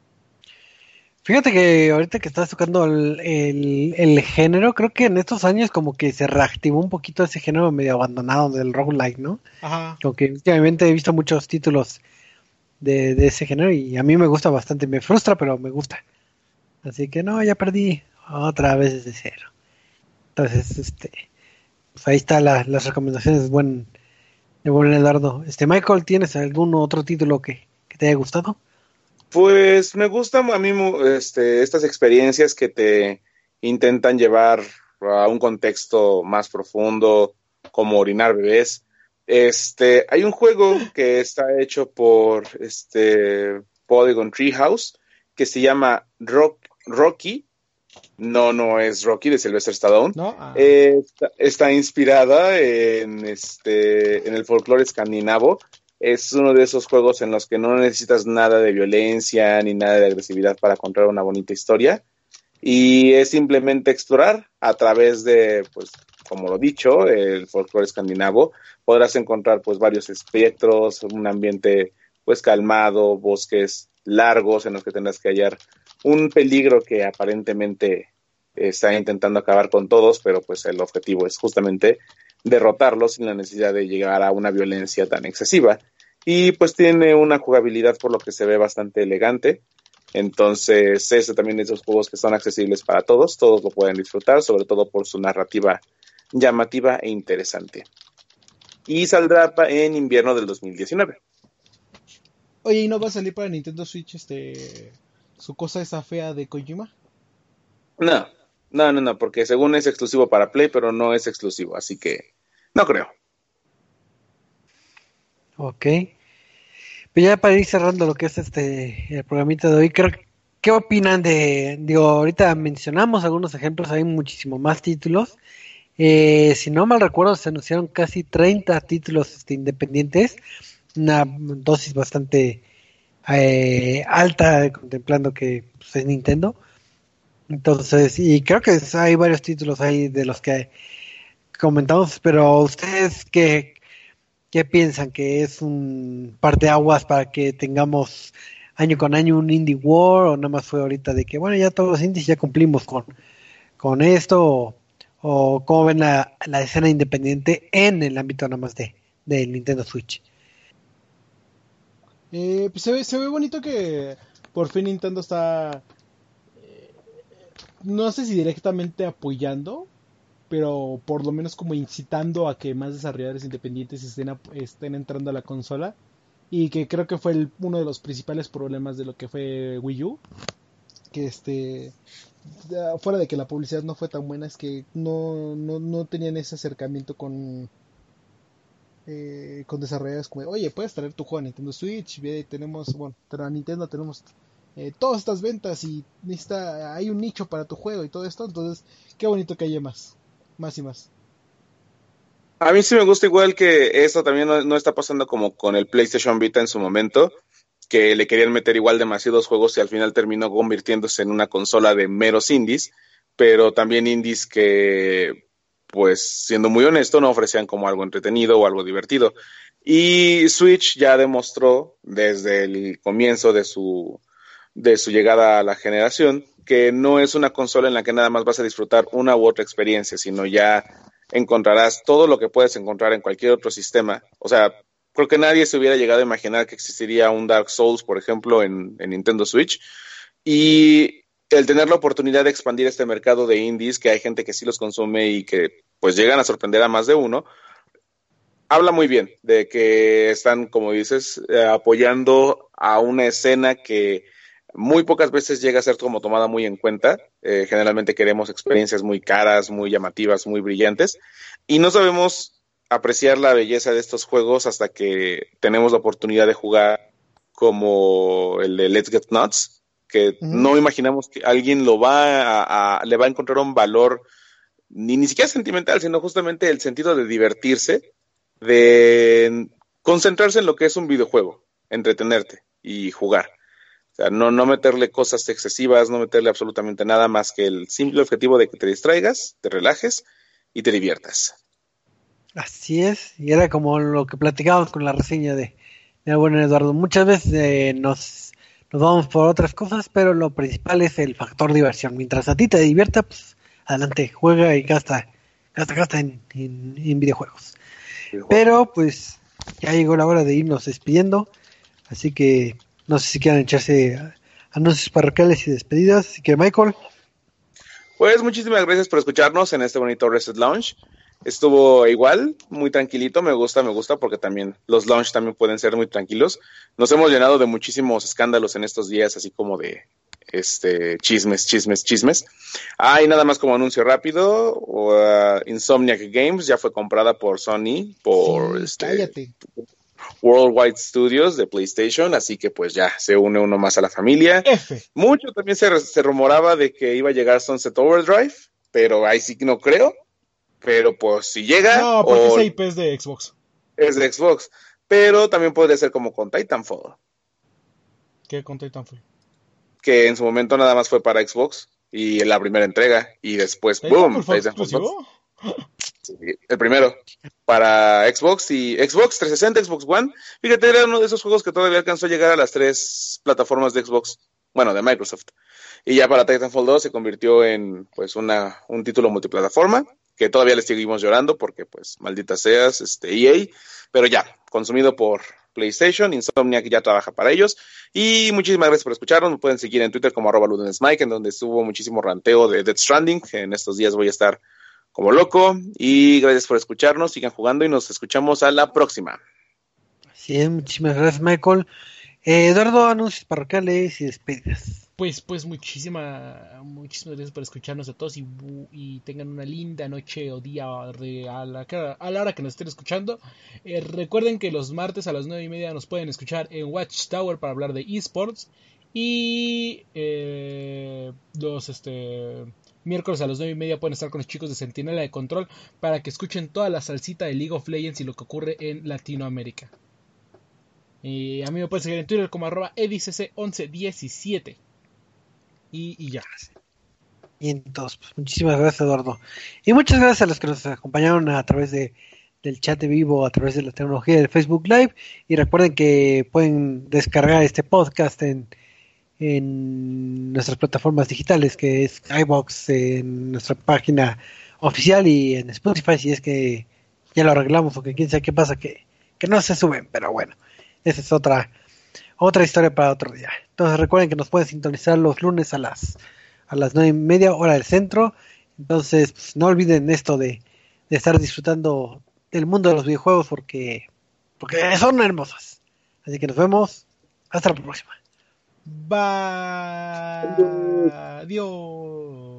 Fíjate que ahorita que estás tocando el, el, el género, creo que en estos años como que se reactivó un poquito ese género medio abandonado del roguelike, ¿no? Ajá. Como que últimamente he visto muchos títulos de, de ese género y a mí me gusta bastante, me frustra, pero me gusta. Así que no, ya perdí otra vez desde cero. Entonces, este, pues ahí está la, las recomendaciones de buen, de buen Eduardo. Este, Michael, ¿tienes algún otro título que, que te haya gustado? Pues me gustan a mí este, estas experiencias que te intentan llevar a un contexto más profundo, como orinar bebés. Este, hay un juego que está hecho por este Polygon Treehouse que se llama Rock, Rocky. No, no es Rocky de Sylvester Stallone. ¿No? Ah. Eh, está, está inspirada en este en el folclore escandinavo. Es uno de esos juegos en los que no necesitas nada de violencia ni nada de agresividad para contar una bonita historia. Y es simplemente explorar a través de, pues, como lo dicho, el folclore escandinavo. Podrás encontrar, pues, varios espectros, un ambiente, pues, calmado, bosques largos en los que tendrás que hallar un peligro que aparentemente está intentando acabar con todos, pero, pues, el objetivo es justamente derrotarlos sin la necesidad de llegar a una violencia tan excesiva. Y pues tiene una jugabilidad por lo que se ve bastante elegante. Entonces este también es de esos juegos que son accesibles para todos, todos lo pueden disfrutar, sobre todo por su narrativa llamativa e interesante. Y saldrá en invierno del dos mil diecinueve. Oye, ¿y no va a salir para Nintendo Switch este su cosa esa fea de Kojima? No, no, no, no, porque según es exclusivo para Play, pero no es exclusivo, así que no creo. Ok. Pues ya para ir cerrando lo que es este el programita de hoy, creo, ¿qué opinan de, digo, ahorita mencionamos algunos ejemplos, hay muchísimo más títulos. Eh, si no mal recuerdo, se anunciaron casi treinta títulos este, independientes, una dosis bastante eh, alta, contemplando que pues, es Nintendo. Entonces, y creo que hay varios títulos ahí de los que comentamos, pero ustedes qué, qué piensan, que es un parteaguas para que tengamos año con año un Indie War, o nada más fue ahorita de que bueno, ya todos los indies ya cumplimos con, con esto, o, o cómo ven la, la escena independiente en el ámbito nada más de, de Nintendo Switch. Eh, pues se ve, se ve bonito que por fin Nintendo está no sé si directamente apoyando, pero por lo menos como incitando a que más desarrolladores independientes estén, a, estén entrando a la consola, y que creo que fue el, uno de los principales problemas de lo que fue Wii U, que este fuera de que la publicidad no fue tan buena, es que no, no, no tenían ese acercamiento con eh, con desarrolladores como, oye, puedes traer tu juego a Nintendo Switch, ve, tenemos, bueno, a Nintendo tenemos Eh, todas estas ventas y necesita, hay un nicho para tu juego y todo esto, entonces qué bonito que haya más, más y más. A mí sí me gusta igual que eso también no, no está pasando como con el PlayStation Vita en su momento, que le querían meter igual demasiados juegos y al final terminó convirtiéndose en una consola de meros indies, pero también indies que, pues siendo muy honesto, no ofrecían como algo entretenido o algo divertido. Y Switch ya demostró desde el comienzo de su de su llegada a la generación, que no es una consola en la que nada más vas a disfrutar una u otra experiencia, sino ya encontrarás todo lo que puedes encontrar en cualquier otro sistema. O sea, creo que nadie se hubiera llegado a imaginar que existiría un Dark Souls, por ejemplo, en, en Nintendo Switch. Y el tener la oportunidad de expandir este mercado de indies, que hay gente que sí los consume y que pues llegan a sorprender a más de uno, habla muy bien de que están, como dices, eh, apoyando a una escena que muy pocas veces llega a ser como tomada muy en cuenta. Eh, generalmente queremos experiencias muy caras, muy llamativas, muy brillantes, y no sabemos apreciar la belleza de estos juegos hasta que tenemos la oportunidad de jugar como el de Let's Get Nuts, que Ujú. no imaginamos que alguien lo va a, a- le va a encontrar un valor, ni, ni siquiera sentimental, sino justamente el sentido de divertirse, de concentrarse en lo que es un videojuego, entretenerte y jugar. O sea, no, no meterle cosas excesivas, no meterle absolutamente nada más que el simple objetivo de que te distraigas, te relajes y te diviertas. Así es, y era como lo que platicábamos con la reseña de, de buen Eduardo. Muchas veces eh, nos, nos vamos por otras cosas, pero lo principal es el factor diversión. Mientras a ti te divierta, pues adelante, juega y gasta, gasta, gasta en, en, en videojuegos. Pero pues ya llegó la hora de irnos despidiendo, así que no sé si quieran echarse a- anuncios parroquiales y despedidas. Así que Michael, Pues muchísimas gracias por escucharnos en este bonito Reset Lounge. Estuvo igual, muy tranquilito, me gusta, me gusta, porque también los lounge también pueden ser muy tranquilos. Nos hemos llenado de muchísimos escándalos en estos días, así como de este chismes, chismes, chismes. Ah, y nada más como anuncio rápido, uh, Insomniac Games ya fue comprada por Sony, por Sí, este cállate. Worldwide Studios de PlayStation, así que pues ya se une uno más a la familia. F. Mucho también se, se rumoraba de que iba a llegar Sunset Overdrive, pero ahí sí que no creo. Pero pues si llega, No, porque o esa I P es de Xbox. es de Xbox. Pero también podría ser como con Titanfall, ¿Qué con Titanfall? que en su momento nada más fue para Xbox y en la primera entrega, y después, ¿Titanfall boom, fue Titanfall dos. exclusivo? Sí, el primero para Xbox y Xbox trescientos sesenta, Xbox One. Fíjate, era uno de esos juegos que todavía alcanzó a llegar a las tres plataformas de Xbox, bueno, de Microsoft. Y ya para Titanfall dos se convirtió en pues una un título multiplataforma, que todavía le seguimos llorando porque pues maldita seas, este E A, pero ya, consumido por PlayStation, Insomniac ya trabaja para ellos. Y muchísimas gracias por escucharnos. Me pueden seguir en Twitter como arroba ludonesmike, en donde estuvo muchísimo ranteo de Death Stranding. En estos días voy a estar como loco. Y gracias por escucharnos. Sigan jugando y nos escuchamos a la próxima. así es, muchísimas gracias Michael. Eh, Eduardo, anuncios parroquiales y despedidas. Pues, pues muchísima, muchísimas gracias por escucharnos a todos y, y tengan una linda noche o día de, a, la, a la hora que nos estén escuchando. Eh, recuerden que los martes a las nueve y media nos pueden escuchar en Watchtower para hablar de esports. Y eh, los este miércoles a las nueve y media pueden estar con los chicos de Centinela de Control para que escuchen toda la salsita de League of Legends y lo que ocurre en Latinoamérica. Y a mí me pueden seguir en Twitter como arroba edicc once diecisiete. Y, y ya. Y entonces, pues, muchísimas gracias Eduardo. Y muchas gracias a los que nos acompañaron a través de, del chat de vivo, a través de la tecnología del Facebook Live. Y recuerden que pueden descargar este podcast en, en nuestras plataformas digitales, que es iVoox, en nuestra página oficial y en Spotify, si es que ya lo arreglamos o que quién sabe qué pasa, que, que no se suben. Pero bueno, esa es otra, otra historia para otro día. Entonces recuerden que nos pueden sintonizar los lunes a las a las nueve y media hora del centro. Entonces pues, no olviden esto de, de estar disfrutando del mundo de los videojuegos porque porque son hermosas. Así que nos vemos hasta la próxima. Bye. Adiós.